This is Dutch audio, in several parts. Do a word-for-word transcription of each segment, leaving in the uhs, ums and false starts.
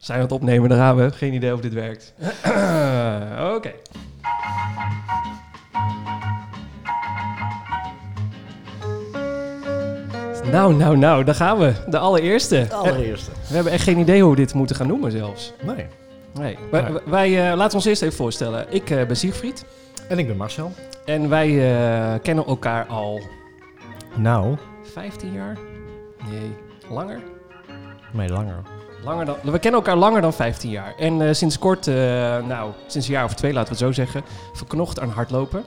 Zijn we het opnemen, daar gaan we. Geen idee of dit werkt. Oké. Okay. Nou, nou, nou, daar gaan we. De allereerste. De allereerste. We hebben echt geen idee hoe we dit moeten gaan noemen zelfs. Nee. Nee. Wij, wij uh, laten ons eerst even voorstellen. Ik uh, ben Siegfried. En ik ben Marcel. En wij uh, kennen elkaar al... Nou. vijftien jaar? Nee, langer? Nee, langer. Langer dan, we kennen elkaar langer dan vijftien jaar. En uh, sinds kort, uh, nou, sinds een jaar of twee, laten we het zo zeggen, verknocht aan hardlopen.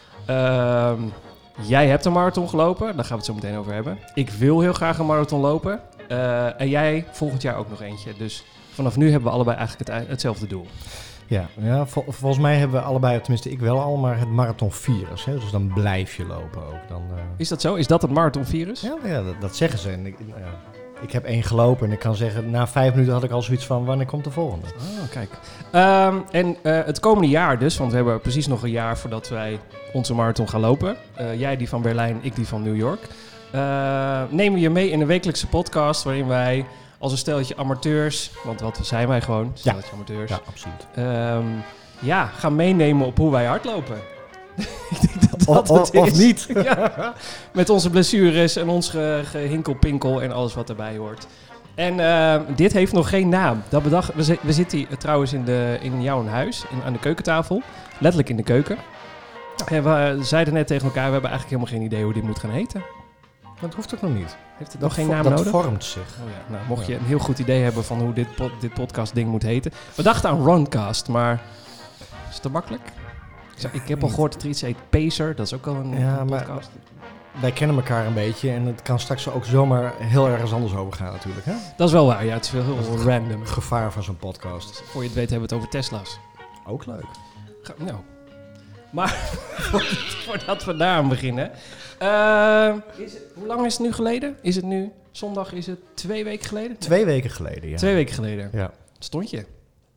Uh, jij hebt een marathon gelopen, daar gaan we het zo meteen over hebben. Ik wil heel graag een marathon lopen. Uh, en jij volgend jaar ook nog eentje. Dus vanaf nu hebben we allebei eigenlijk het, hetzelfde doel. Ja, ja vol, volgens mij hebben we allebei, tenminste ik wel al, maar het marathonvirus. Hè? Dus dan blijf je lopen ook. Dan, uh... Is dat zo? Is dat het marathonvirus? Ja, ja dat, dat zeggen ze. En ik, uh, ik heb één gelopen en ik kan zeggen, na vijf minuten had ik al zoiets van, wanneer komt de volgende? Oh, kijk. Um, en uh, het komende jaar dus, want we hebben precies nog een jaar voordat wij onze marathon gaan lopen. Uh, jij die van Berlijn, ik die van New York. Uh, nemen we je mee in een wekelijkse podcast waarin wij als een stelletje amateurs, want wat zijn wij gewoon, stelletje ja. amateurs. Ja, absoluut. Um, ja, gaan meenemen op hoe wij hardlopen. Ik denk dat dat of, het is. Of niet. Ja, met onze blessures en ons ge, gehinkelpinkel en alles wat erbij hoort. En uh, dit heeft nog geen naam. Dat bedacht, we, z- we zitten hier, trouwens in, de, in jouw huis, in, aan de keukentafel. Letterlijk in de keuken. Ja. En we zeiden net tegen elkaar, we hebben eigenlijk helemaal geen idee hoe dit moet gaan heten. Dat hoeft ook nog niet. Heeft het dat nog geen vo- naam dat nodig? Dat vormt zich. Oh ja. Nou, mocht je een heel goed idee hebben van hoe dit, pod, dit podcast ding moet heten. We dachten aan Roncast, maar is het te makkelijk? Ik, zou, ik heb al gehoord dat er iets heet Pacer. Dat is ook al een, ja, een maar podcast. Wij kennen elkaar een beetje en het kan straks ook zomaar heel ergens anders overgaan natuurlijk. Hè? Dat is wel waar, ja. Het is wel heel het random. Het gevaar van zo'n podcast. Voor je het weet hebben we het over Tesla's. Ook leuk. Ga, nou. Maar voordat we daar aan beginnen. Uh, is het, hoe lang is het nu geleden? Is het nu zondag? Is het twee weken geleden? Nee. Twee weken geleden, ja. Twee weken geleden. Ja. Stond je?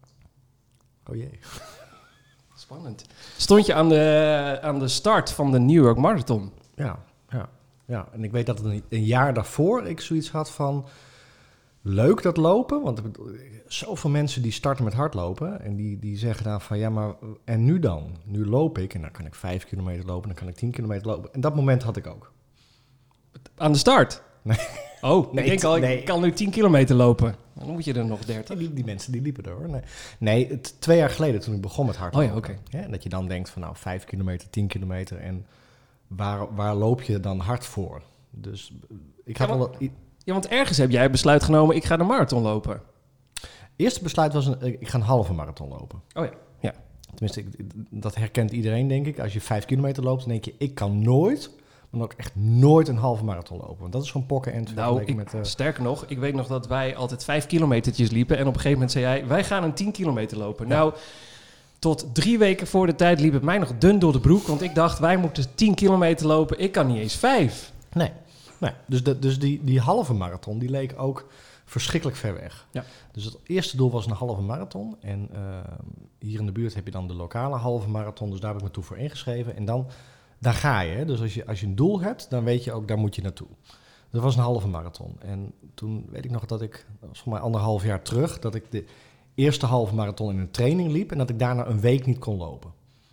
Oh jee. Spannend. Stond je aan de, aan de start van de New York Marathon? Ja, ja, ja. En ik weet dat het een, een jaar daarvoor ik zoiets had van... Leuk dat lopen, want zoveel mensen die starten met hardlopen... en die, die zeggen dan van, ja, maar en nu dan? Nu loop ik en dan kan ik vijf kilometer lopen... dan kan ik tien kilometer lopen. En dat moment had ik ook. Aan de start? Nee. Oh, nee, ik denk al, ik nee. kan nu tien kilometer lopen. Dan moet je er nog dertig. Die, die mensen die liepen er hoor. Nee, nee het, twee jaar geleden toen ik begon met hardlopen. Oh ja, oké. Okay. Ja, dat je dan denkt van, nou, vijf kilometer, tien kilometer... en waar, waar loop je dan hard voor? Dus ik had ja, wel... Ja, want ergens heb jij besluit genomen, ik ga de marathon lopen. Eerste besluit was, een, ik ga een halve marathon lopen. Oh ja, ja. Tenminste, ik, dat herkent iedereen, denk ik. Als je vijf kilometer loopt, dan denk je, ik kan nooit, maar ook echt nooit een halve marathon lopen. Want dat is zo'n pokken en nou, ik, met, uh... sterker nog, ik weet nog dat wij altijd vijf kilometertjes liepen. En op een gegeven moment zei jij, wij gaan een tien kilometer lopen. Ja. Nou, tot drie weken voor de tijd liep het mij nog dun door de broek. Want ik dacht, wij moeten tien kilometer lopen. Ik kan niet eens vijf. Nee. Nee, dus, de, dus die, die halve marathon, die leek ook verschrikkelijk ver weg. Ja. Dus het eerste doel was een halve marathon. En uh, hier in de buurt heb je dan de lokale halve marathon. Dus daar heb ik me toe voor ingeschreven. En dan, daar ga je. Hè? Dus als je, als je een doel hebt, dan weet je ook, daar moet je naartoe. Dat was een halve marathon. En toen weet ik nog dat ik, dat was voor mij anderhalf jaar terug... dat ik de eerste halve marathon in een training liep... en dat ik daarna een week niet kon lopen.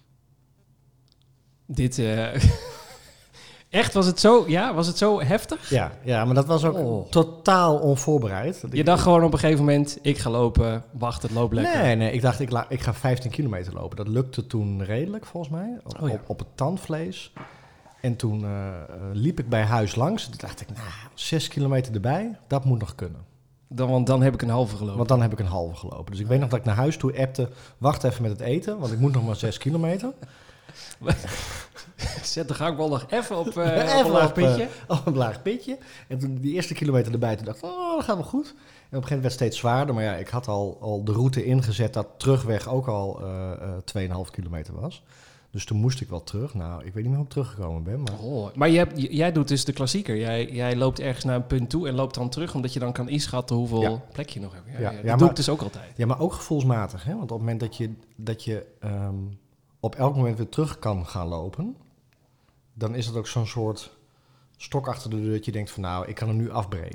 Dit... Uh... Echt, was het zo, ja, was het zo heftig? Ja, ja, maar dat was ook oh. totaal onvoorbereid. Je dacht gewoon op een gegeven moment, ik ga lopen, wacht, het loopt lekker. Nee, nee, ik dacht, ik, la- ik ga vijftien kilometer lopen. Dat lukte toen redelijk, volgens mij, op, oh ja. op, op het tandvlees. En toen uh, liep ik bij huis langs. Toen dacht ik, nou, zes kilometer erbij, dat moet nog kunnen. Dan, want dan heb ik een halve gelopen. Want dan heb ik een halve gelopen. Dus ik weet nog dat ik naar huis toe appte, wacht even met het eten, want ik moet nog maar zes kilometer. Zet de gangbal nog even op, uh, even op een laag op, pitje. Uh, op een laag pitje. En toen die eerste kilometer erbij, toen dacht ik, oh, dat gaat wel goed. En op een gegeven moment werd het steeds zwaarder. Maar ja, ik had al, al de route ingezet dat terugweg ook al uh, uh, twee komma vijf kilometer was. Dus toen moest ik wel terug. Nou, ik weet niet meer hoe ik teruggekomen ben. Maar, oh, maar je hebt, jij doet dus de klassieker. Jij, jij loopt ergens naar een punt toe en loopt dan terug... omdat je dan kan inschatten hoeveel ja. plek je nog hebt. Ja, ja, ja, dat ja, doe maar, ik dus ook altijd. Ja, maar ook gevoelsmatig. Hè? Want op het moment dat je, dat je um, op elk moment weer terug kan gaan lopen... dan is het ook zo'n soort stok achter de deur dat je denkt van... nou, ik kan hem nu afbreken.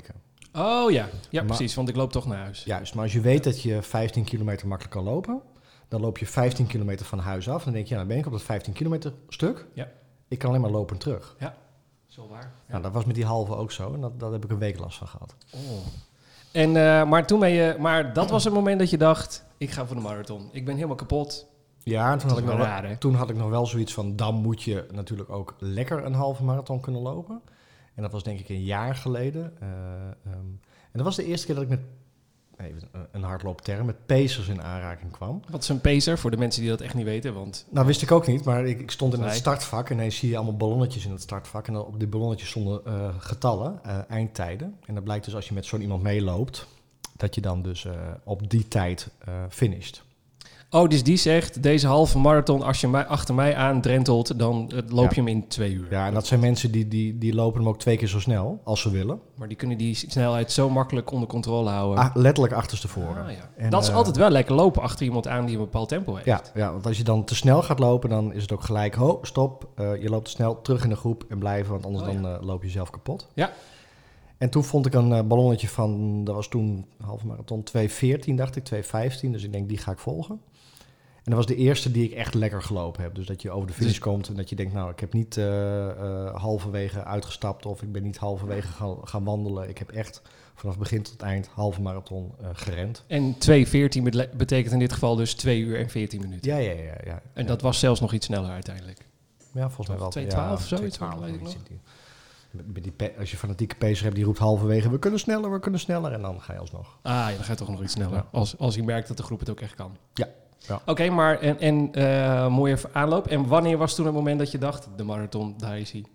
Oh ja, ja Maar- precies, want ik loop toch naar huis. Juist, maar als je weet dat je vijftien kilometer makkelijk kan lopen, dan loop je vijftien kilometer van huis af. En dan denk je, ja, dan ben ik op dat vijftien kilometer stuk. Ja. Ik kan alleen maar lopen terug. Zo waar. Ja. Nou, dat was met die halve ook zo. En dat, daar heb ik een week last van gehad. Oh. En, uh, maar, toen ben je, maar dat was het moment dat je dacht, ik ga voor de marathon. Ik ben helemaal kapot. Ja, en toen Dat had, is ik wel nog raar, wel, hè? toen had ik nog wel zoiets van, dan moet je natuurlijk ook lekker een halve marathon kunnen lopen. En dat was denk ik een jaar geleden. Uh, um, en dat was de eerste keer dat ik met, even een hardloopterm, met pacers in aanraking kwam. Wat is een pacer voor de mensen die dat echt niet weten? Want Nou, wist ik ook niet, maar ik, ik stond in Wij. het startvak en ineens zie je allemaal ballonnetjes in het startvak. En dan op die ballonnetjes stonden uh, getallen, uh, eindtijden. En dat blijkt dus als je met zo'n iemand meeloopt, dat je dan dus uh, op die tijd uh, finisht. Oh, dus die zegt, deze halve marathon, als je mij, achter mij aandrentelt, dan uh, loop Ja. je hem in twee uur. Ja, en dat zijn mensen die, die, die lopen hem ook twee keer zo snel, als ze willen. Maar die kunnen die snelheid zo makkelijk onder controle houden. Ah, letterlijk achterstevoren. Ah, ja. En, dat is uh, altijd wel lekker lopen achter iemand aan die een bepaald tempo heeft. Ja, ja, want als je dan te snel gaat lopen, dan is het ook gelijk, ho, stop, uh, je loopt te snel, terug in de groep en blijven, want anders Oh, ja. dan uh, loop je zelf kapot. Ja. En toen vond ik een uh, ballonnetje van, dat was toen halve marathon, twee veertien dacht ik, twee vijftien, dus ik denk die ga ik volgen. En dat was de eerste die ik echt lekker gelopen heb. Dus dat je over de finish Dus- komt en dat je denkt, nou, ik heb niet uh, uh, halverwege uitgestapt of ik ben niet halverwege gaan, gaan wandelen. Ik heb echt vanaf begin tot eind halve marathon uh, gerend. En twee veertien bele- betekent in dit geval dus twee uur en veertien minuten. Ja, ja, ja. ja En ja. dat was zelfs nog iets sneller uiteindelijk. Ja, volgens mij wel. twee twaalf of ja, zoiets, twee twaalf, weet ik iets nog. in die- Met- met die pe- Als je fanatieke pacer hebt, die roept halverwege, we kunnen sneller, we kunnen sneller. En dan ga je alsnog. Ah, ja, dan gaat het toch nog iets sneller. Ja. Als, als je merkt dat de groep het ook echt kan. Ja, ja. Oké, okay, maar en, en uh, mooie aanloop. En wanneer was toen het moment dat je dacht, de marathon, daar is hij?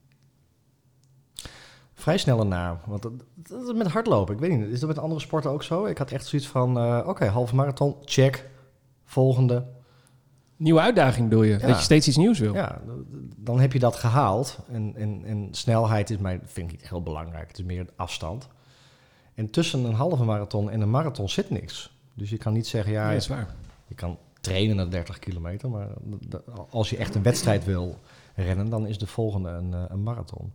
Vrij snel erna. Want dat, dat is met hardlopen. Ik weet niet, is dat met andere sporten ook zo? Ik had echt zoiets van, uh, oké, okay, halve marathon, check. Volgende. Nieuwe uitdaging bedoel je? Ja. Dat je steeds iets nieuws wil? Ja, dan heb je dat gehaald. En, en, en snelheid is mij, vind ik niet heel belangrijk. Het is meer afstand. En tussen een halve marathon en een marathon zit niks. Dus je kan niet zeggen, ja, Ja, dat is waar. je kan trainen naar dertig kilometer. Maar als je echt een wedstrijd wil rennen, dan is de volgende een, een marathon.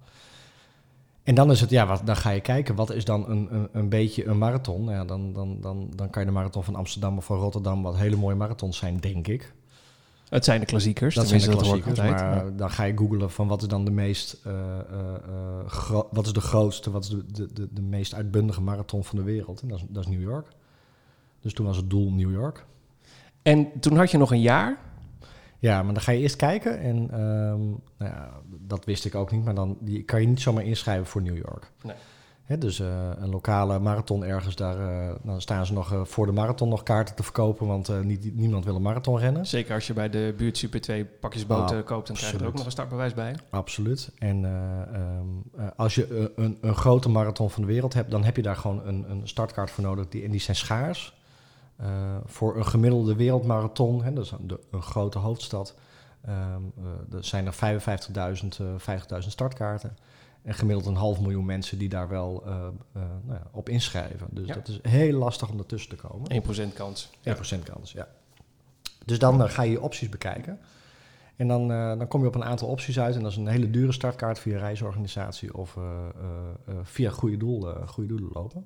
En dan is het, ja, wat, dan ga je kijken, wat is dan een, een, een beetje een marathon? Ja, dan, dan, dan, dan kan je de marathon van Amsterdam of van Rotterdam, wat hele mooie marathons zijn, denk ik. Het zijn de klassiekers. Dat zijn de tenminste, hoor ik klassiekers, altijd. maar dan ga je googlen van wat is dan de meest, uh, uh, uh, gro- wat is de grootste, wat is de, de, de, de meest uitbundige marathon van de wereld? En dat is, dat is New York. Dus toen was het doel New York. En toen had je nog een jaar. Ja, maar dan ga je eerst kijken en um, nou ja, dat wist ik ook niet, maar dan die kan je niet zomaar inschrijven voor New York. Nee. Hè, dus uh, een lokale marathon ergens, daar uh, dan staan ze nog uh, voor de marathon nog kaarten te verkopen, want uh, niet, niemand wil een marathon rennen. Zeker als je bij de buurt Super twee pakjesboten Ah, koopt, dan krijg je er ook absoluut. nog een startbewijs bij. Absoluut. En uh, um, uh, als je uh, een, een grote marathon van de wereld hebt, dan heb je daar gewoon een, een startkaart voor nodig. Die, en die zijn schaars. Uh, voor een gemiddelde wereldmarathon, hè, dat is een, een grote hoofdstad, um, uh, er zijn er vijfenvijftigduizend, uh, vijftigduizend startkaarten. En gemiddeld een half miljoen mensen die daar wel uh, uh, nou ja, op inschrijven. Dus Ja. dat is heel lastig om ertussen te komen. één procent kans. één procent kans, ja. Dus dan uh, ga je je opties bekijken. En dan, uh, dan kom je op een aantal opties uit. En dat is een hele dure startkaart via reisorganisatie of uh, uh, uh, via goede, doel, uh, goede doelen lopen.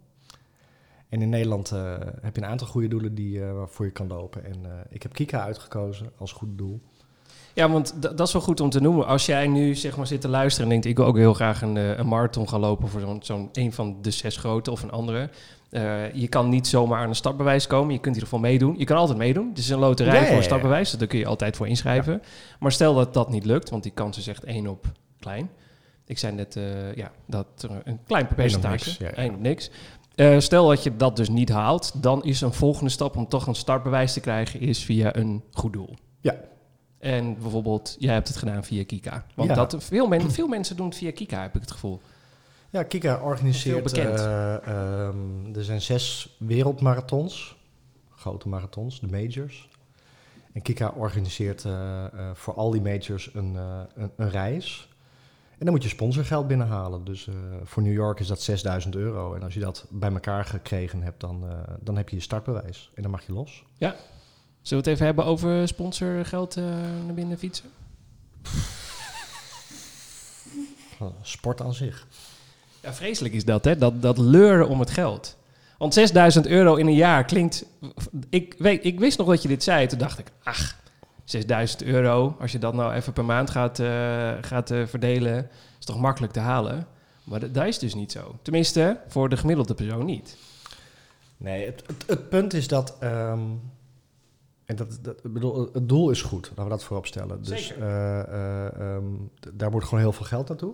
En in Nederland uh, heb je een aantal goede doelen die, uh, waarvoor je kan lopen. En uh, ik heb Kika uitgekozen als goed doel. Ja, want d- dat is wel goed om te noemen. Als jij nu zeg maar zit te luisteren en denkt, ik wil ook heel graag een, uh, een marathon gaan lopen voor zo'n, zo'n een van de zes grote of een andere. Uh, je kan niet zomaar aan een startbewijs komen. Je kunt in ieder geval meedoen. Je kan altijd meedoen. Het is een loterij Ja, ja, ja. voor een startbewijs. Dus daar kun je altijd voor inschrijven. Ja. Maar stel dat dat niet lukt, want die kans is echt één op klein. Ik zei net uh, ja, dat er een klein percentage. niks, ja, ja. één op niks. Uh, stel dat je dat dus niet haalt, dan is een volgende stap om toch een startbewijs te krijgen, is via een goed doel. Ja. En bijvoorbeeld, jij hebt het gedaan via Kika. Want Ja. dat, veel, men, veel mensen doen het via Kika, heb ik het gevoel. Ja, Kika organiseert... Veel bekend. Uh, um, er zijn zes wereldmarathons. Grote marathons, de majors. En Kika organiseert uh, uh, voor al die majors een, uh, een, een reis. En dan moet je sponsorgeld binnenhalen. Dus uh, voor New York is dat zesduizend euro. En als je dat bij elkaar gekregen hebt, dan, uh, dan heb je je startbewijs. En dan mag je los. Ja. Zullen we het even hebben over sponsorgeld uh, naar binnen fietsen? Sport aan zich. Ja, vreselijk is dat, hè? Dat, dat leuren om het geld. Want zesduizend euro in een jaar klinkt... Ik, weet, ik wist nog dat je dit zei. Toen dacht ik, ach, zesduizend euro. Als je dat nou even per maand gaat, uh, gaat uh, verdelen, is toch makkelijk te halen. Maar d- dat is dus niet zo. Tenminste, voor de gemiddelde persoon niet. Nee, het, het, het punt is dat... Um, en dat, dat, ik bedoel, het doel is goed. Laten we dat voorop stellen. Dus uh, uh, um, d- daar wordt gewoon heel veel geld naartoe.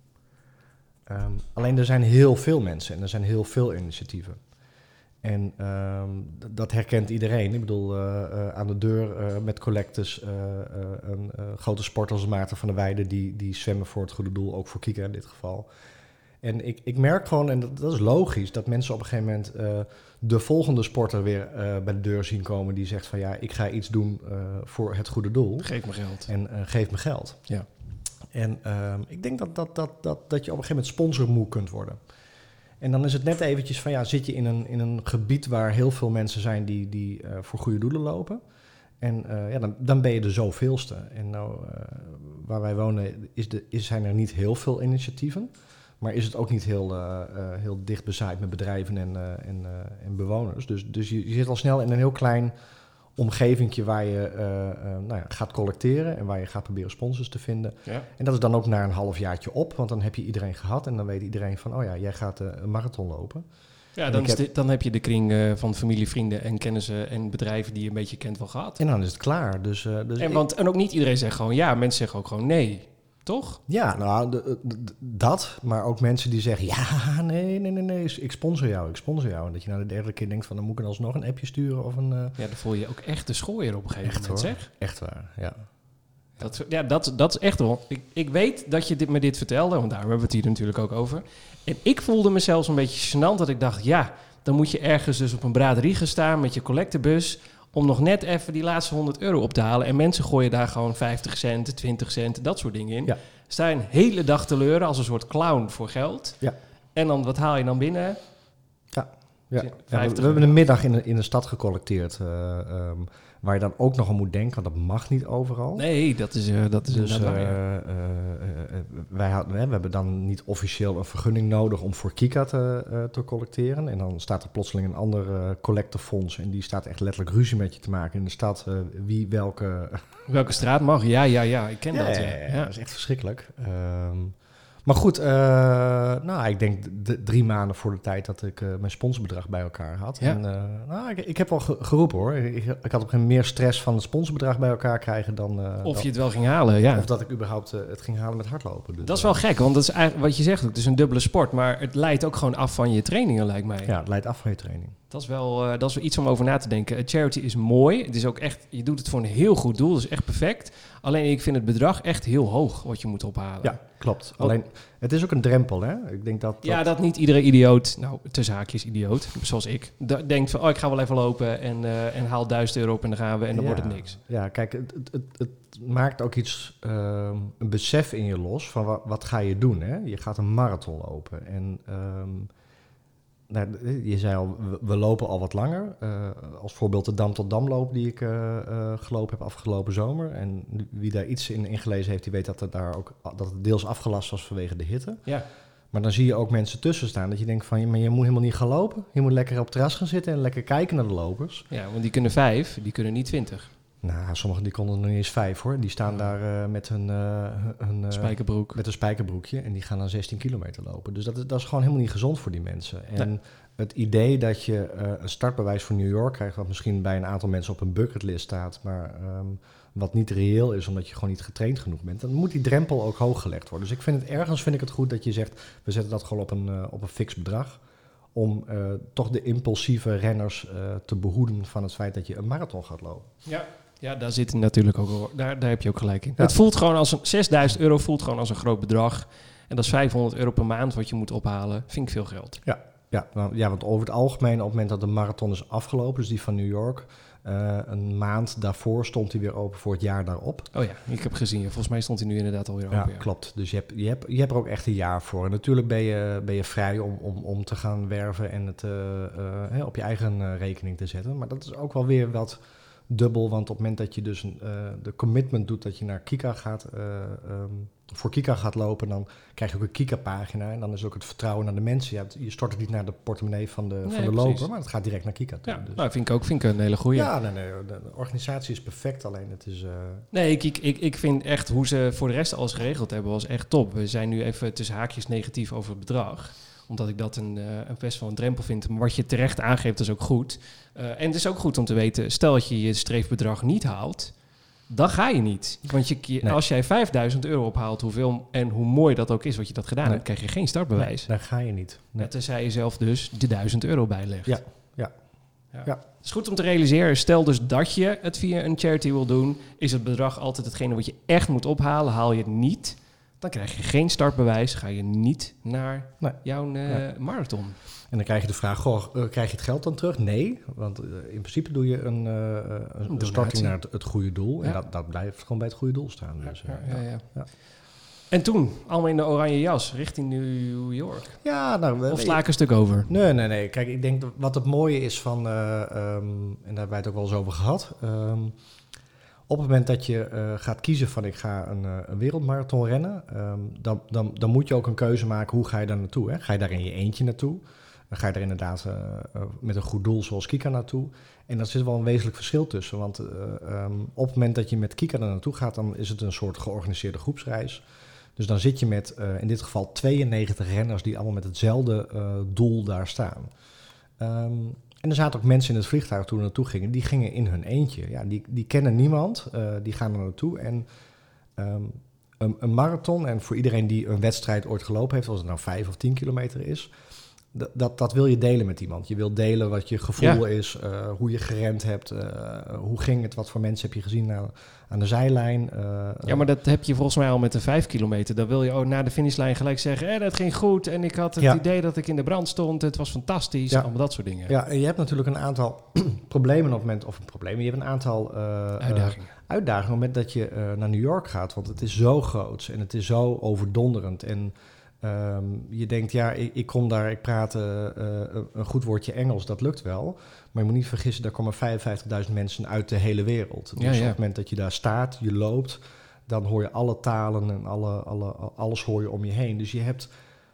Um, alleen er zijn heel veel mensen en er zijn heel veel initiatieven. En um, d- dat herkent iedereen. Ik bedoel, uh, uh, aan de deur uh, met collectes, uh, uh, een uh, grote sport als Maarten van der Weijden, die, die zwemmen voor het goede doel, ook voor Kika in dit geval. En ik, ik merk gewoon, en dat, dat is logisch, dat mensen op een gegeven moment uh, de volgende sporter weer uh, bij de deur zien komen die zegt van ja, ik ga iets doen uh, voor het goede doel. Geef me geld. En uh, geef me geld. Ja. En uh, ik denk dat, dat, dat, dat, dat je op een gegeven moment sponsormoe kunt worden. En dan is het net eventjes van ja, zit je in een, in een gebied waar heel veel mensen zijn die, die uh, voor goede doelen lopen. En uh, ja, dan, dan ben je de zoveelste. En nou, uh, waar wij wonen is de, is, zijn er niet heel veel initiatieven. Maar is het ook niet heel, uh, uh, heel dicht bezaaid met bedrijven en, uh, en, uh, en bewoners. Dus, dus je, je zit al snel in een heel klein omgevingje waar je uh, uh, nou ja, gaat collecteren en waar je gaat proberen sponsors te vinden. Ja. En dat is dan ook na een halfjaartje op, want dan heb je iedereen gehad en dan weet iedereen van, oh ja, jij gaat uh, een marathon lopen. Ja, dan, is heb... de, dan heb je de kring uh, van familie, vrienden en kennissen en bedrijven die je een beetje kent wel gehad. En dan is het klaar. Dus, uh, dus en, ik... want, en ook niet iedereen zegt gewoon ja, mensen zeggen ook gewoon nee. Toch? Ja, nou, de, de, de, dat. Maar ook mensen die zeggen, ja, nee, nee, nee, nee, ik sponsor jou, ik sponsor jou. En dat je nou de derde keer denkt van, dan moet ik alsnog een appje sturen of een... Uh... Ja, dan voel je ook echt de schooier op een gegeven echt, moment, hoor. zeg. Echt waar, ja. Dat, ja, dat, dat is echt wel... Ik, ik weet dat je dit, me dit vertelde, want daar hebben we het hier natuurlijk ook over. En ik voelde me zelfs een beetje gênant dat ik dacht, ja, dan moet je ergens dus op een braderie gaan staan met je collectebus om nog net even die laatste honderd euro op te halen. En mensen gooien daar gewoon vijftig cent, twintig cent, dat soort dingen in. Ja. Sta je een hele dag te leuren als een soort clown voor geld. Ja. En dan, wat haal je dan binnen? Ja, ja. ja we, we hebben een middag in de, in de stad gecollecteerd. Uh, um, waar je dan ook nog aan moet denken, want dat mag niet overal. Nee, dat is, uh, dat is dus, uh, uh, uh, uh, wij hadden, we hebben dan niet officieel een vergunning nodig om voor Kika te, uh, te collecteren. En dan staat er plotseling een ander uh, collectefonds en die staat echt letterlijk ruzie met je te maken in de stad. Uh, wie welke... welke straat mag? Ja, ja, ja, ik ken ja, dat. Ja, ja. ja, Ja. dat is echt verschrikkelijk. Um, maar goed, uh, nou, ik denk d- drie maanden voor de tijd dat ik uh, mijn sponsorbedrag bij elkaar had. Ja. En, uh, nou, ik, ik heb wel ge- geroepen hoor. Ik, ik had op een gegeven moment meer stress van het sponsorbedrag bij elkaar krijgen dan... Uh, Of dan, je het wel ging halen, ja. Of dat ik überhaupt uh, het ging halen met hardlopen. Dus, dat is wel gek, want dat is eigenlijk wat je zegt ook. Het is een dubbele sport, maar het leidt ook gewoon af van je trainingen, lijkt mij. Ja, het leidt af van je training. Dat is wel, uh, dat is wel iets om over na te denken. Charity is mooi. Het is ook echt, je doet het voor een heel goed doel. Dat is echt perfect. Alleen ik vind het bedrag echt heel hoog wat je moet ophalen. Ja, klopt. Alleen, het is ook een drempel, hè? Ik denk dat, dat... Ja, dat niet iedere idioot, nou, tussen haakjes idioot, zoals ik, d- denkt van, oh, ik ga wel even lopen en, uh, en haal duizend euro op en dan gaan we en dan ja, wordt het niks. Ja, kijk, het, het, het, het maakt ook iets, uh, een besef in je los van wat, wat ga je doen, hè? Je gaat een marathon lopen en... Um, Nou, je zei al, we, we lopen al wat langer. Uh, als voorbeeld de Dam tot Damloop die ik uh, uh, gelopen heb afgelopen zomer. En wie daar iets in, in gelezen heeft, die weet dat het daar ook dat het deels afgelast was vanwege de hitte. Ja. Maar dan zie je ook mensen tussen staan dat je denkt van, ja, maar je moet helemaal niet gaan lopen. Je moet lekker op het terras gaan zitten en lekker kijken naar de lopers. Ja, want die kunnen vijf, die kunnen niet twintig. Nou, sommigen die konden nog niet eens vijf hoor. Die staan daar uh, met hun, uh, hun uh, spijkerbroek. Met een spijkerbroekje en die gaan dan zestien kilometer lopen. Dus dat is, dat is gewoon helemaal niet gezond voor die mensen. En nee. Het idee dat je uh, een startbewijs voor New York krijgt, wat misschien bij een aantal mensen op een bucketlist staat, maar um, wat niet reëel is omdat je gewoon niet getraind genoeg bent, dan moet die drempel ook hoog gelegd worden. Dus ik vind het ergens vind ik het goed dat je zegt, we zetten dat gewoon op een, uh, op een fix bedrag. Om uh, toch de impulsieve renners uh, te behoeden van het feit dat je een marathon gaat lopen. Ja. Ja, daar zit natuurlijk ook, daar, daar heb je ook gelijk in. Ja. Het voelt gewoon als een, zesduizend euro voelt gewoon als een groot bedrag. En dat is vijfhonderd euro per maand wat je moet ophalen. Vind ik veel geld. Ja, ja, nou, ja, want over het algemeen, op het moment dat de marathon is afgelopen, dus die van New York, uh, een maand daarvoor stond hij weer open voor het jaar daarop. Oh ja, ik heb gezien. Volgens mij stond hij nu inderdaad alweer open. Ja, Ja, klopt. Dus je hebt, je, hebt, je hebt er ook echt een jaar voor. En natuurlijk ben je, ben je vrij om, om, om te gaan werven en het uh, uh, op je eigen uh, rekening te zetten. Maar dat is ook wel weer wat dubbel. Want op het moment dat je dus een, uh, de commitment doet dat je naar Kika gaat, uh, um, voor Kika gaat lopen, dan krijg je ook een Kika-pagina. En dan is ook het vertrouwen naar de mensen. Ja, je stort het niet naar de portemonnee van de, nee, van de loper, maar het gaat direct naar Kika toe. Ja, dus. nou, vind ik ook vind ik een hele goeie. Ja, nee, nee, de, de organisatie is perfect, alleen het is... Uh... Nee, ik, ik, ik, ik vind echt hoe ze voor de rest alles geregeld hebben, was echt top. We zijn nu even tussen haakjes negatief over het bedrag, omdat ik dat een, uh, een best wel een drempel vind. Maar wat je terecht aangeeft, is ook goed. Uh, en het is ook goed om te weten, stel dat je je streefbedrag niet haalt, dan ga je niet. Want je, je, nee. als jij vijfduizend euro ophaalt, hoeveel en hoe mooi dat ook is wat je dat gedaan nee. hebt, krijg je geen startbewijs. Nee, daar ga je niet. Nee. Tenzij je zelf dus de duizend euro bijlegt. Ja, ja. ja. ja. Het is goed om te realiseren, stel dus dat je het via een charity wil doen, is het bedrag altijd hetgene wat je echt moet ophalen. Haal je het niet, dan krijg je geen startbewijs, ga je niet naar nee. jouw uh, nee. marathon. En dan krijg je de vraag, goh, uh, krijg je het geld dan terug? Nee, want uh, in principe doe je een, uh, een, een starting naar het, het goede doel. Ja. En dat, dat blijft gewoon bij het goede doel staan. Dus, uh, ja, ja, ja. Ja. En toen, allemaal in de oranje jas, richting New York. Ja, nou... Of sla ik een stuk over? Nee, nee, nee. Kijk, ik denk dat wat het mooie is van... Uh, um, en daar hebben wij het ook wel eens over gehad... Um, op het moment dat je uh, gaat kiezen van ik ga een, uh, een wereldmarathon rennen, um, dan, dan, dan moet je ook een keuze maken, hoe ga je daar naartoe? Hè? Ga je daar in je eentje naartoe? Dan ga je er inderdaad uh, uh, met een goed doel zoals Kika naartoe? En daar zit wel een wezenlijk verschil tussen, want uh, um, op het moment dat je met Kika er naartoe gaat, dan is het een soort georganiseerde groepsreis. Dus dan zit je met uh, in dit geval tweeënnegentig renners die allemaal met hetzelfde uh, doel daar staan. Um, En er zaten ook mensen in het vliegtuig toen we naartoe gingen, die gingen in hun eentje. Ja, die, die kennen niemand, uh, die gaan er naartoe. En um, een, een marathon, en voor iedereen die een wedstrijd ooit gelopen heeft, als het nou vijf of tien kilometer is, d- dat, dat wil je delen met iemand. Je wil delen wat je gevoel ja. is, uh, hoe je gerend hebt, uh, hoe ging het, wat voor mensen heb je gezien nou, aan de zijlijn. Uh, ja, maar dat heb je volgens mij al met de vijf kilometer. Dan wil je ook na de finishlijn gelijk zeggen, eh, dat ging goed en ik had het ja. idee dat ik in de brand stond, het was fantastisch, ja. allemaal dat soort dingen. Ja, en je hebt natuurlijk een aantal problemen op het moment, of problemen, je hebt een aantal uh, uitdagingen. Uh, uitdagingen op het moment dat je uh, naar New York gaat, want het is zo groot en het is zo overdonderend en Um, je denkt, ja, ik, ik kom daar, ik praat uh, uh, een goed woordje Engels, dat lukt wel. Maar je moet niet vergissen, daar komen vijfenvijftigduizend mensen uit de hele wereld. Dus ja, ja. op het moment dat je daar staat, je loopt, dan hoor je alle talen en alle, alle, alles hoor je om je heen. Dus je hebt,